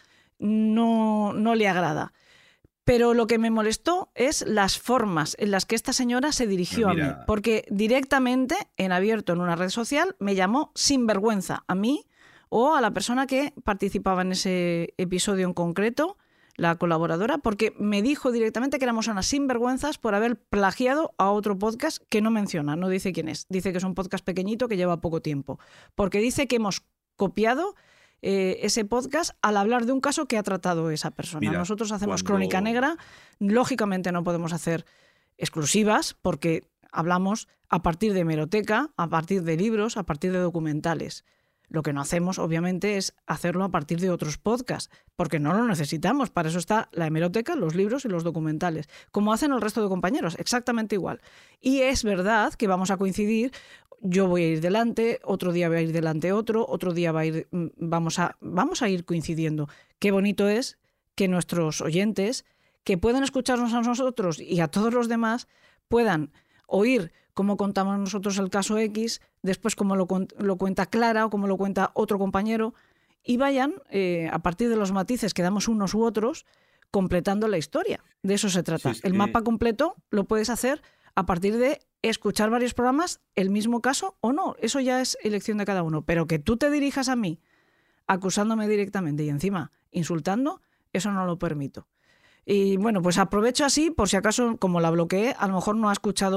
no le agrada. Pero lo que me molestó es las formas en las que esta señora se dirigió a mí. Porque directamente, en abierto en una red social, me llamó sinvergüenza a mí o a la persona que participaba en ese episodio en concreto, la colaboradora, porque me dijo directamente que éramos unas sinvergüenzas por haber plagiado a otro podcast que no menciona, no dice quién es. Dice que es un podcast pequeñito que lleva poco tiempo. Porque dice que hemos copiado ese podcast al hablar de un caso que ha tratado esa persona. Mira, nosotros hacemos Crónica Negra, lógicamente no podemos hacer exclusivas porque hablamos a partir de hemeroteca, a partir de libros, a partir de documentales. Lo que no hacemos, obviamente, es hacerlo a partir de otros podcasts, porque no lo necesitamos. Para eso está la hemeroteca, los libros y los documentales, como hacen el resto de compañeros, exactamente igual. Y es verdad que vamos a coincidir. Yo voy a ir delante, otro día va a ir delante otro día va a ir, vamos a ir coincidiendo. Qué bonito es que nuestros oyentes, que pueden escucharnos a nosotros y a todos los demás, puedan oír cómo contamos nosotros el caso X, después cómo lo cuenta Clara o cómo lo cuenta otro compañero, y vayan, a partir de los matices que damos unos u otros, completando la historia. De eso se trata. Sí, el mapa completo lo puedes hacer a partir de escuchar varios programas, el mismo caso o no. Eso ya es elección de cada uno. Pero que tú te dirijas a mí acusándome directamente y encima insultando, eso no lo permito. Y bueno, pues aprovecho así, por si acaso, como la bloqueé, a lo mejor no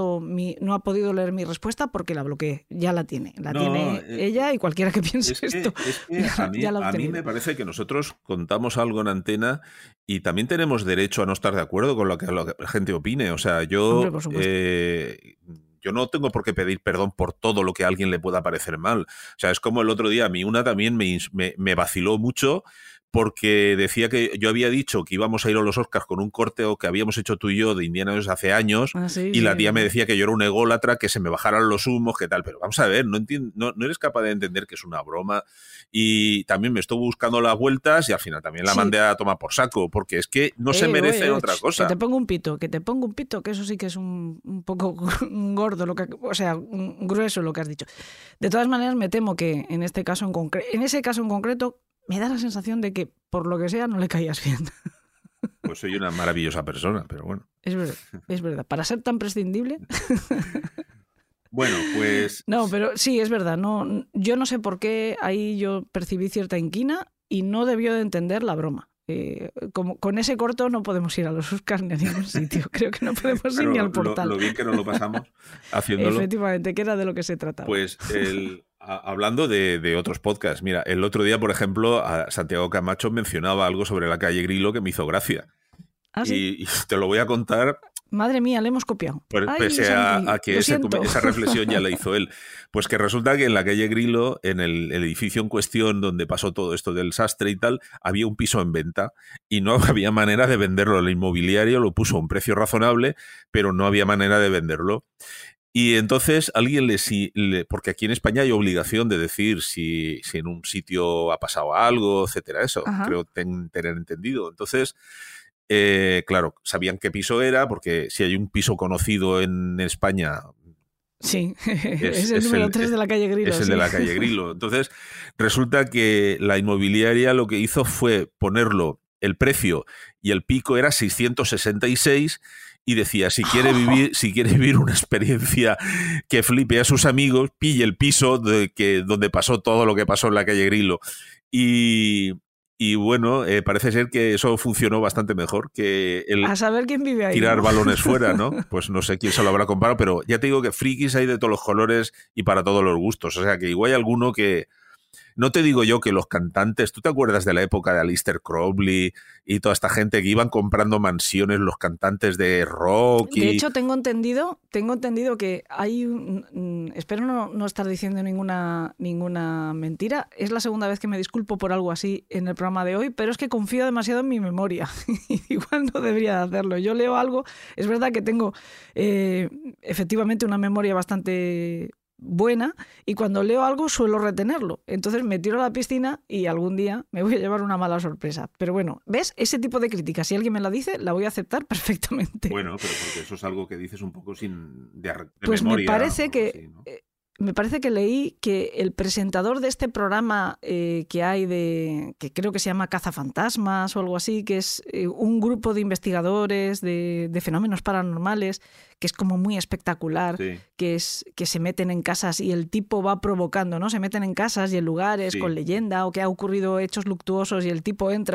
ha podido leer mi respuesta porque la bloqueé. Ya la tiene. Tiene ella y cualquiera que piense esto. A mí me parece que nosotros contamos algo en antena y también tenemos derecho a no estar de acuerdo con lo que la gente opine. O sea, yo no tengo por qué pedir perdón por todo lo que a alguien le pueda parecer mal. O sea, es como el otro día, a mí una también me vaciló mucho, porque decía que yo había dicho que íbamos a ir a los Oscars con un corteo que habíamos hecho tú y yo de Indiana Jones hace años, y la tía me decía que yo era un ególatra, que se me bajaran los humos, que tal. Pero vamos a ver, no eres capaz de entender que es una broma. Y también me estuvo buscando las vueltas y al final también la mandé a tomar por saco, porque es que no se merece otra cosa. Que te pongo un pito, que eso sí que es un poco gordo, grueso lo que has dicho. De todas maneras, me temo que en ese caso en concreto, me da la sensación de que, por lo que sea, no le caías bien. Pues soy una maravillosa persona, pero bueno. Es verdad. Para ser tan prescindible... Bueno, pues... No, pero sí, es verdad. No, yo no sé por qué ahí yo percibí cierta inquina y no debió de entender la broma. Como con ese corto no podemos ir a los Oscars ni a ningún sitio. Creo que no podemos ir ni al portal. Lo bien que nos lo pasamos haciéndolo. Efectivamente, que era de lo que se trataba. Pues hablando de otros podcasts, mira, el otro día, por ejemplo, a Santiago Camacho mencionaba algo sobre la calle Grilo que me hizo gracia. ¿Ah, sí? Y te lo voy a contar Madre mía, le hemos copiado. Pese a que esa reflexión ya la hizo él. Pues que resulta que en la calle Grilo, en el edificio en cuestión donde pasó todo esto del sastre y tal, había un piso en venta y no había manera de venderlo. El inmobiliario lo puso a un precio razonable, pero no había manera de venderlo. Y entonces alguien porque aquí en España hay obligación de decir si en un sitio ha pasado algo, etcétera, eso. Ajá. Creo tener entendido. Entonces... claro, sabían qué piso era, porque si hay un piso conocido en España... Sí, es el número 3 de la calle Grilo. Es el de la calle Grilo. Entonces, resulta que la inmobiliaria lo que hizo fue ponerlo, el precio y el pico era 666 y decía, si quiere vivir una experiencia que flipe a sus amigos, pille el piso donde pasó todo lo que pasó en la calle Grilo. Y bueno, parece ser que eso funcionó bastante mejor que el a saber quién vive ahí, tirar ¿no? balones fuera, ¿no? Pues no sé quién se lo habrá comprado, pero ya te digo que frikis hay de todos los colores y para todos los gustos. O sea que igual hay alguno que... No te digo yo que los cantantes... ¿Tú te acuerdas de la época de Aleister Crowley y toda esta gente que iban comprando mansiones, los cantantes de rock? De hecho, tengo entendido que hay espero no estar diciendo ninguna mentira. Es la segunda vez que me disculpo por algo así en el programa de hoy, pero es que confío demasiado en mi memoria. Igual no debería hacerlo. Yo leo algo... Es verdad que tengo efectivamente una memoria bastante... buena, y cuando leo algo suelo retenerlo. Entonces me tiro a la piscina y algún día me voy a llevar una mala sorpresa. Pero bueno, ¿ves? Ese tipo de crítica, si alguien me la dice, la voy a aceptar perfectamente. Bueno, pero porque eso es algo que dices un poco de pues memoria. Me parece que... Así, ¿no? Me parece que leí que el presentador de este programa que hay que creo que se llama Cazafantasmas o algo así, que es un grupo de investigadores de fenómenos paranormales, que es como muy espectacular, sí. que se meten en casas y el tipo va provocando, ¿no? Se meten en casas y en lugares, sí, con leyenda, o que ha ocurrido hechos luctuosos y el tipo entra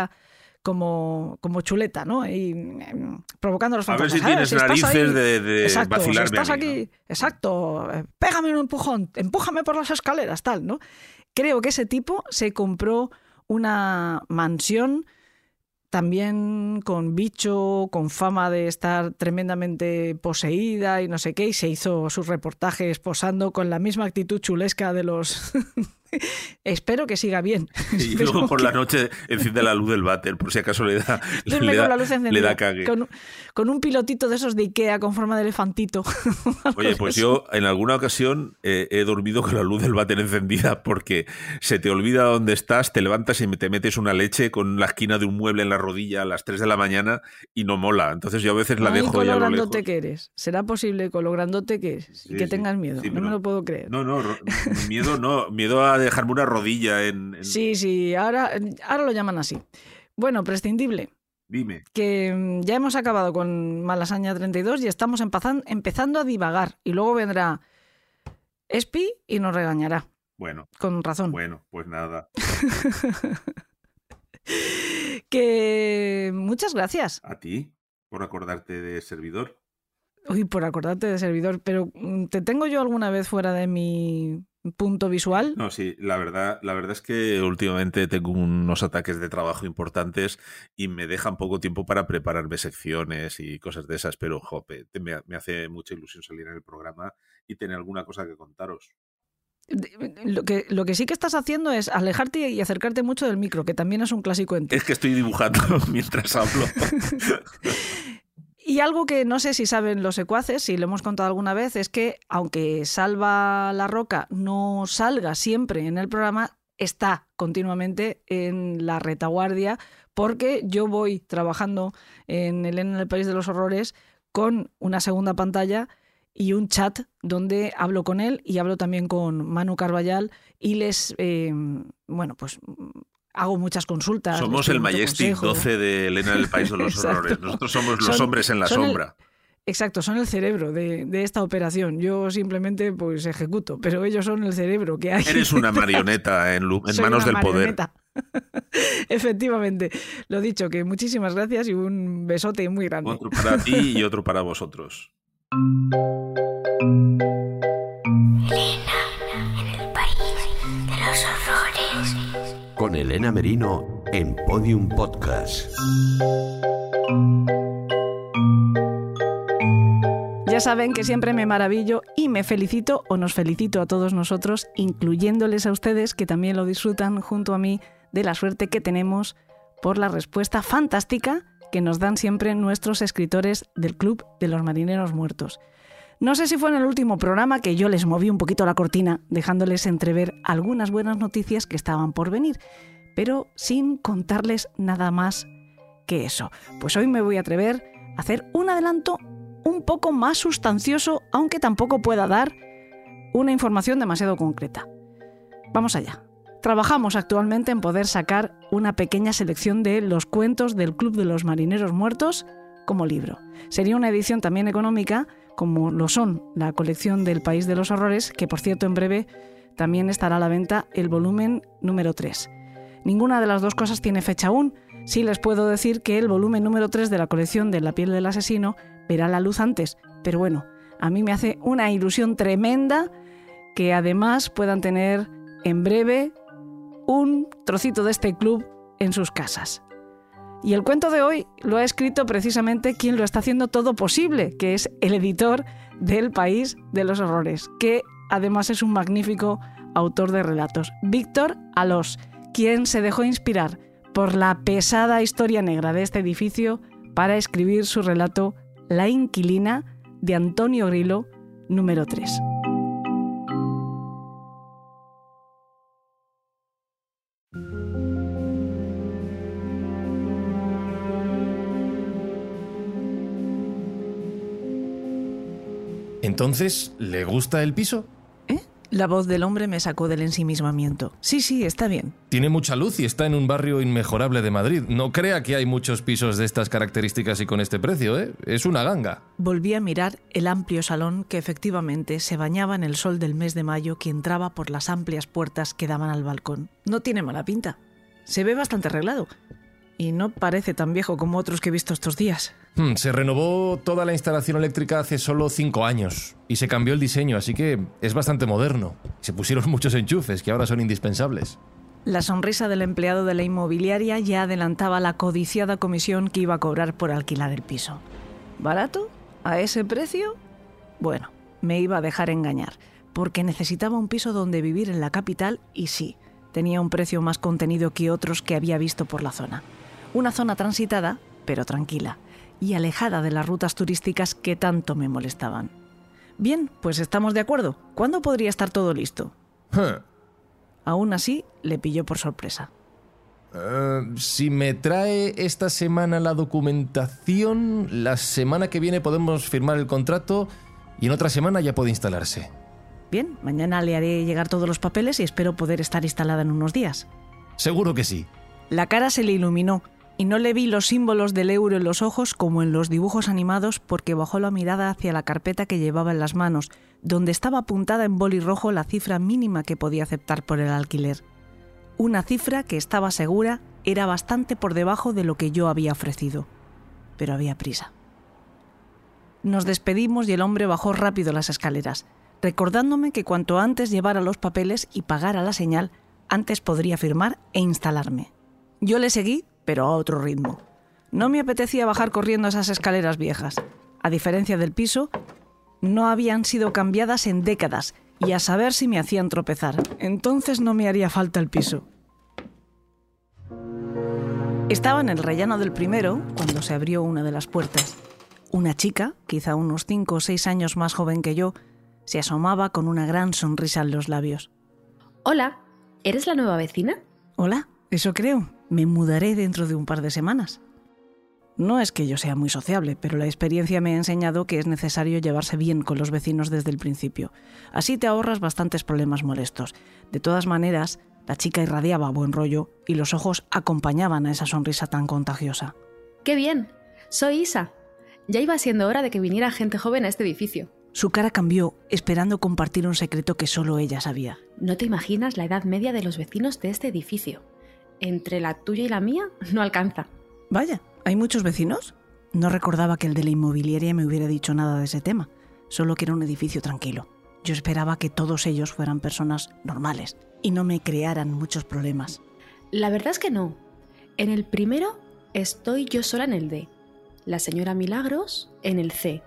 como chuleta, ¿no? Y provocando a los fantasmas. A ver si tienes narices de exacto, vacilarme si estás a mí, aquí, ¿no? Exacto, pégame un empujón, empújame por las escaleras, tal, ¿no? Creo que ese tipo se compró una mansión también con bicho, con fama de estar tremendamente poseída y no sé qué, y se hizo sus reportajes posando con la misma actitud chulesca de los... Espero que siga bien. Y luego por la noche enciende la luz del váter, por si acaso le da cague. Con un pilotito de esos de Ikea con forma de elefantito. Oye, pues yo en alguna ocasión he dormido con la luz del váter encendida porque se te olvida dónde estás, te levantas y te metes una leche con la esquina de un mueble en la rodilla a las 3 de la mañana y no mola. Entonces yo a veces la dejo y ya a lo lejos. con lo grandote que eres. ¿Será posible con lo grandote que eres? Sí, y que tengas miedo. Sí, no me lo puedo creer. No, miedo no. Miedo a dejarme una rodilla en... Sí, ahora lo llaman así. Bueno, prescindible. Dime. Que ya hemos acabado con Malasaña 32 y estamos empezando a divagar. Y luego vendrá Espi y nos regañará. Bueno. Con razón. Bueno, pues nada. Que muchas gracias. A ti, por acordarte de servidor. Uy, por acordarte de servidor. Pero ¿te tengo yo alguna vez fuera de mi punto visual? No, sí, la verdad es que últimamente tengo unos ataques de trabajo importantes y me dejan poco tiempo para prepararme secciones y cosas de esas, pero jope, me hace mucha ilusión salir en el programa y tener alguna cosa que contaros. Lo que sí que estás haciendo es alejarte y acercarte mucho del micro, que también es un clásico en ti. Es que estoy dibujando mientras hablo. Y algo que no sé si saben los secuaces, si lo hemos contado alguna vez, es que aunque Salva la Roca no salga siempre en el programa, está continuamente en la retaguardia, porque yo voy trabajando en Elena en el País de los Horrores con una segunda pantalla y un chat donde hablo con él y hablo también con Manu Carballal y les, pues hago muchas consultas. Somos el Majestic 12 de Elena en el País de los Horrores. Nosotros somos los hombres en la sombra. Exacto, son el cerebro de esta operación. Yo simplemente pues ejecuto, pero ellos son el cerebro que hay. Eres una marioneta en manos del poder. Efectivamente. Lo dicho, que muchísimas gracias y un besote muy grande. Otro para ti y otro para vosotros. Elena en el País de los Horrores. Con Elena Merino en Podium Podcast. Ya saben que siempre me maravillo y me felicito, o nos felicito a todos nosotros, incluyéndoles a ustedes que también lo disfrutan junto a mí, de la suerte que tenemos por la respuesta fantástica que nos dan siempre nuestros escritores del Club de los Marineros Muertos. No sé si fue en el último programa que yo les moví un poquito la cortina, dejándoles entrever algunas buenas noticias que estaban por venir, pero sin contarles nada más que eso. Pues hoy me voy a atrever a hacer un adelanto un poco más sustancioso, aunque tampoco pueda dar una información demasiado concreta. Vamos allá. Trabajamos actualmente en poder sacar una pequeña selección de los cuentos del Club de los Marineros Muertos como libro. Sería una edición también económica, como lo son la colección del País de los Horrores, que por cierto en breve también estará a la venta el volumen número 3. Ninguna de las dos cosas tiene fecha aún. Sí les puedo decir que el volumen número 3 de la colección de La piel del asesino verá la luz antes, pero bueno, a mí me hace una ilusión tremenda que además puedan tener en breve un trocito de este club en sus casas. Y el cuento de hoy lo ha escrito precisamente quien lo está haciendo todo posible, que es el editor del País de los Horrores, que además es un magnífico autor de relatos, Víctor Alós, quien se dejó inspirar por la pesada historia negra de este edificio para escribir su relato La inquilina de Antonio Grillo, número 3. Entonces, ¿le gusta el piso? La voz del hombre me sacó del ensimismamiento. Sí, está bien. Tiene mucha luz y está en un barrio inmejorable de Madrid. No crea que hay muchos pisos de estas características y con este precio, ¿eh? Es una ganga. Volví a mirar el amplio salón que efectivamente se bañaba en el sol del mes de mayo que entraba por las amplias puertas que daban al balcón. No tiene mala pinta. Se ve bastante arreglado. Y no parece tan viejo como otros que he visto estos días. Se renovó toda la instalación eléctrica hace solo 5 años y se cambió el diseño, así que es bastante moderno. Se pusieron muchos enchufes que ahora son indispensables. La sonrisa del empleado de la inmobiliaria ya adelantaba la codiciada comisión que iba a cobrar por alquilar el piso. ¿Barato? ¿A ese precio? Bueno, me iba a dejar engañar, porque necesitaba un piso donde vivir en la capital y sí, tenía un precio más contenido que otros que había visto por la zona. Una zona transitada, pero tranquila, y alejada de las rutas turísticas que tanto me molestaban. Bien, pues estamos de acuerdo. ¿Cuándo podría estar todo listo? Aún así, le pilló por sorpresa. Si me trae esta semana la documentación, la semana que viene podemos firmar el contrato y en otra semana ya puede instalarse. Bien, mañana le haré llegar todos los papeles y espero poder estar instalada en unos días. Seguro que sí. La cara se le iluminó y no le vi los símbolos del euro en los ojos como en los dibujos animados porque bajó la mirada hacia la carpeta que llevaba en las manos, donde estaba apuntada en boli rojo la cifra mínima que podía aceptar por el alquiler. Una cifra que estaba segura era bastante por debajo de lo que yo había ofrecido. Pero había prisa. Nos despedimos y el hombre bajó rápido las escaleras, recordándome que cuanto antes llevara los papeles y pagara la señal, antes podría firmar e instalarme. Yo le seguí, pero a otro ritmo. No me apetecía bajar corriendo esas escaleras viejas. A diferencia del piso, no habían sido cambiadas en décadas y a saber si me hacían tropezar. Entonces no me haría falta el piso. Estaba en el rellano del primero cuando se abrió una de las puertas. Una chica, quizá unos 5 o 6 años más joven que yo, se asomaba con una gran sonrisa en los labios. Hola, ¿eres la nueva vecina? Hola, eso creo. Me mudaré dentro de un par de semanas. No es que yo sea muy sociable, pero la experiencia me ha enseñado que es necesario llevarse bien con los vecinos desde el principio. Así te ahorras bastantes problemas molestos. De todas maneras, la chica irradiaba buen rollo y los ojos acompañaban a esa sonrisa tan contagiosa. ¡Qué bien! Soy Isa. Ya iba siendo hora de que viniera gente joven a este edificio. Su cara cambió, esperando compartir un secreto que solo ella sabía. No te imaginas la edad media de los vecinos de este edificio. Entre la tuya y la mía no alcanza. Vaya, ¿hay muchos vecinos? No recordaba que el de la inmobiliaria me hubiera dicho nada de ese tema, solo que era un edificio tranquilo. Yo esperaba que todos ellos fueran personas normales y no me crearan muchos problemas. La verdad es que no. En el primero estoy yo sola en el D, la señora Milagros en el C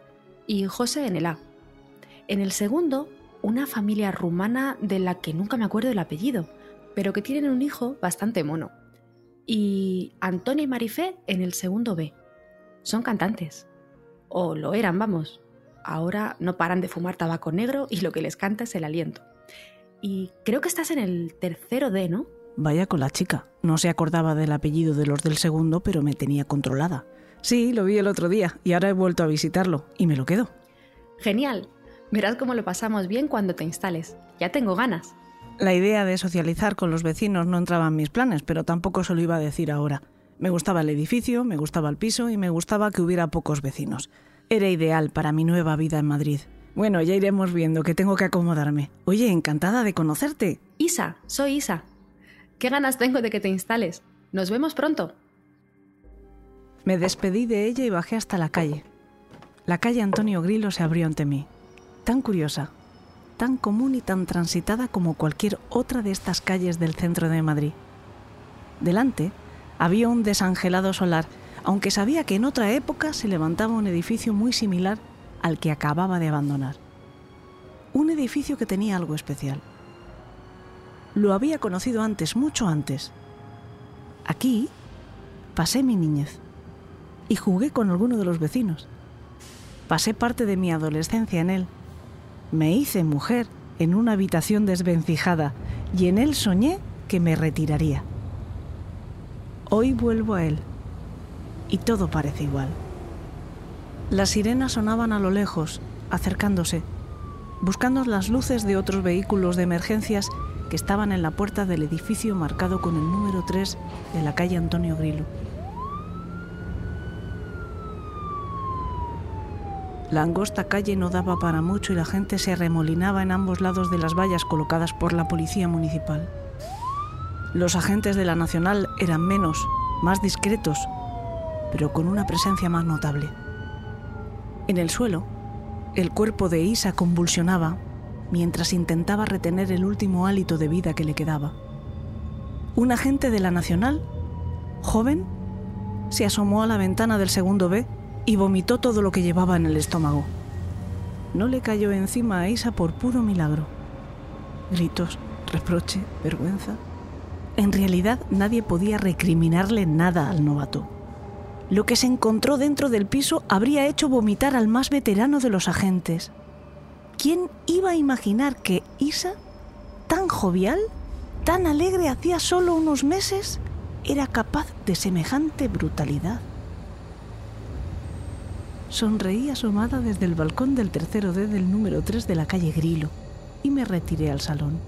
y José en el A. En el segundo, una familia rumana de la que nunca me acuerdo el apellido, pero que tienen un hijo bastante mono. Y Antonio y Marifé en el segundo B. Son cantantes. O lo eran, vamos. Ahora no paran de fumar tabaco negro y lo que les canta es el aliento. Y creo que estás en el tercero D, ¿no? Vaya con la chica. No se acordaba del apellido de los del segundo, pero me tenía controlada. Sí, lo vi el otro día y ahora he vuelto a visitarlo y me lo quedo. Genial. Verás cómo lo pasamos bien cuando te instales. Ya tengo ganas. La idea de socializar con los vecinos no entraba en mis planes, pero tampoco se lo iba a decir ahora. Me gustaba el edificio, me gustaba el piso y me gustaba que hubiera pocos vecinos. Era ideal para mi nueva vida en Madrid. Bueno, ya iremos viendo, que tengo que acomodarme. Oye, encantada de conocerte. Isa, soy Isa. Qué ganas tengo de que te instales. Nos vemos pronto. Me despedí de ella y bajé hasta la calle. La calle Antonio Grilo se abrió ante mí. Tan curiosa, tan común y tan transitada como cualquier otra de estas calles del centro de Madrid. Delante había un desangelado solar, aunque sabía que en otra época se levantaba un edificio muy similar al que acababa de abandonar. Un edificio que tenía algo especial. Lo había conocido antes, mucho antes. Aquí pasé mi niñez y jugué con alguno de los vecinos. Pasé parte de mi adolescencia en él. Me hice mujer en una habitación desvencijada y en él soñé que me retiraría. Hoy vuelvo a él y todo parece igual. Las sirenas sonaban a lo lejos, acercándose, buscando las luces de otros vehículos de emergencias que estaban en la puerta del edificio marcado con el número 3 de la calle Antonio Grilo. La angosta calle no daba para mucho y la gente se arremolinaba en ambos lados de las vallas colocadas por la policía municipal. Los agentes de la Nacional eran menos, más discretos, pero con una presencia más notable. En el suelo, el cuerpo de Isa convulsionaba mientras intentaba retener el último hálito de vida que le quedaba. Un agente de la Nacional, joven, se asomó a la ventana del segundo B y vomitó todo lo que llevaba en el estómago. No le cayó encima a Isa por puro milagro. Gritos, reproche, vergüenza. En realidad nadie podía recriminarle nada al novato. Lo que se encontró dentro del piso habría hecho vomitar al más veterano de los agentes. ¿Quién iba a imaginar que Isa, tan jovial, tan alegre hacía solo unos meses, era capaz de semejante brutalidad? Sonreí asomada desde el balcón del tercero D del número 3 de la calle Grilo y me retiré al salón.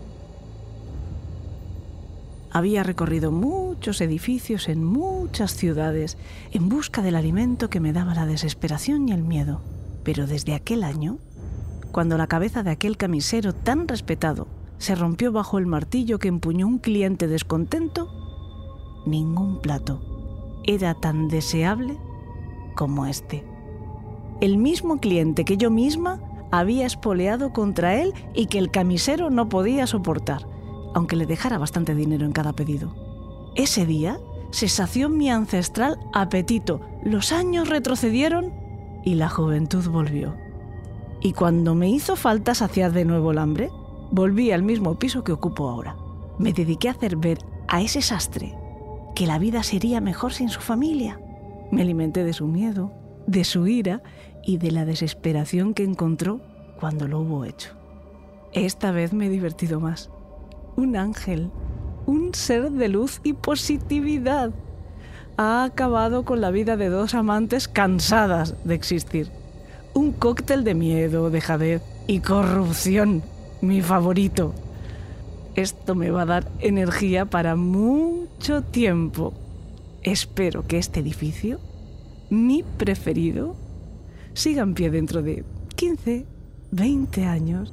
Había recorrido muchos edificios en muchas ciudades en busca del alimento que me daba la desesperación y el miedo. Pero desde aquel año, cuando la cabeza de aquel camisero tan respetado se rompió bajo el martillo que empuñó un cliente descontento, ningún plato era tan deseable como este. El mismo cliente que yo misma había espoleado contra él y que el camisero no podía soportar, aunque le dejara bastante dinero en cada pedido. Ese día se sació mi ancestral apetito, los años retrocedieron y la juventud volvió. Y cuando me hizo falta saciar de nuevo el hambre, volví al mismo piso que ocupo ahora. Me dediqué a hacer ver a ese sastre que la vida sería mejor sin su familia. Me alimenté de su miedo, de su ira y de la desesperación que encontró cuando lo hubo hecho. Esta vez me he divertido más. Un ángel, un ser de luz y positividad. Ha acabado con la vida de dos amantes cansadas de existir. Un cóctel de miedo, dejadez y corrupción, mi favorito. Esto me va a dar energía para mucho tiempo. Espero que este edificio, mi preferido, siga en pie dentro de 15, 20 años.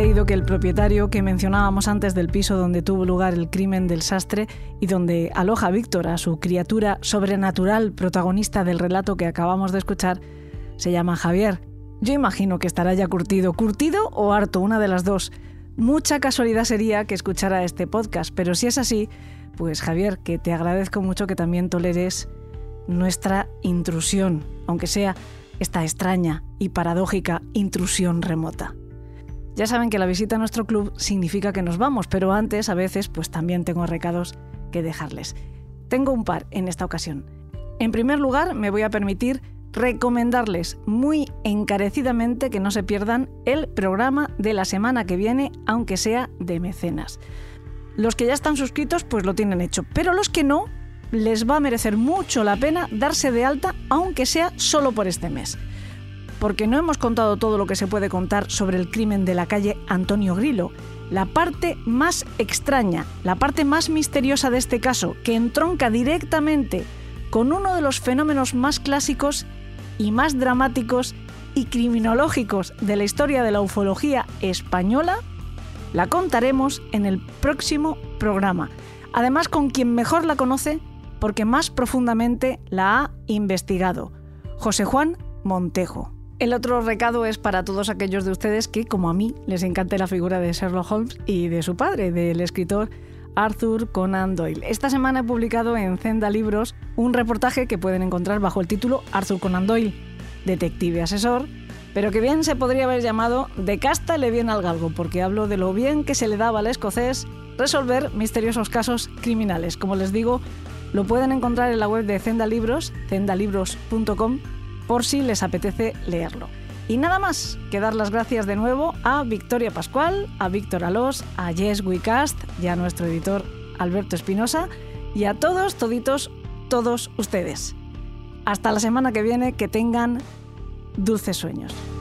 leído que el propietario que mencionábamos antes del piso donde tuvo lugar el crimen del sastre y donde aloja Víctor a su criatura sobrenatural protagonista del relato que acabamos de escuchar, se llama Javier. Yo imagino que estará ya curtido o harto, una de las dos. Mucha casualidad sería que escuchara este podcast, pero si es así, pues Javier, que te agradezco mucho que también toleres nuestra intrusión, aunque sea esta extraña y paradójica intrusión remota. Ya saben que la visita a nuestro club significa que nos vamos, pero antes, a veces, pues también tengo recados que dejarles. Tengo un par en esta ocasión. En primer lugar, me voy a permitir recomendarles muy encarecidamente que no se pierdan el programa de la semana que viene, aunque sea de mecenas. Los que ya están suscritos, pues lo tienen hecho, pero los que no, les va a merecer mucho la pena darse de alta, aunque sea solo por este mes. Porque no hemos contado todo lo que se puede contar sobre el crimen de la calle Antonio Grillo. La parte más extraña, la parte más misteriosa de este caso, que entronca directamente con uno de los fenómenos más clásicos y más dramáticos y criminológicos de la historia de la ufología española, la contaremos en el próximo programa. Además, con quien mejor la conoce, porque más profundamente la ha investigado, José Juan Montejo. El otro recado es para todos aquellos de ustedes que, como a mí, les encanta la figura de Sherlock Holmes y de su padre, del escritor Arthur Conan Doyle. Esta semana he publicado en Zenda Libros un reportaje que pueden encontrar bajo el título Arthur Conan Doyle, detective asesor, pero que bien se podría haber llamado De casta le viene al galgo, porque hablo de lo bien que se le daba al escocés resolver misteriosos casos criminales. Como les digo, lo pueden encontrar en la web de Zenda Libros, zendalibros.com, por si les apetece leerlo. Y nada más que dar las gracias de nuevo a Victoria Pascual, a Víctor Alós, a Yes We Cast y a nuestro editor Alberto Espinosa y a todos, toditos, todos ustedes. Hasta la semana que viene, que tengan dulces sueños.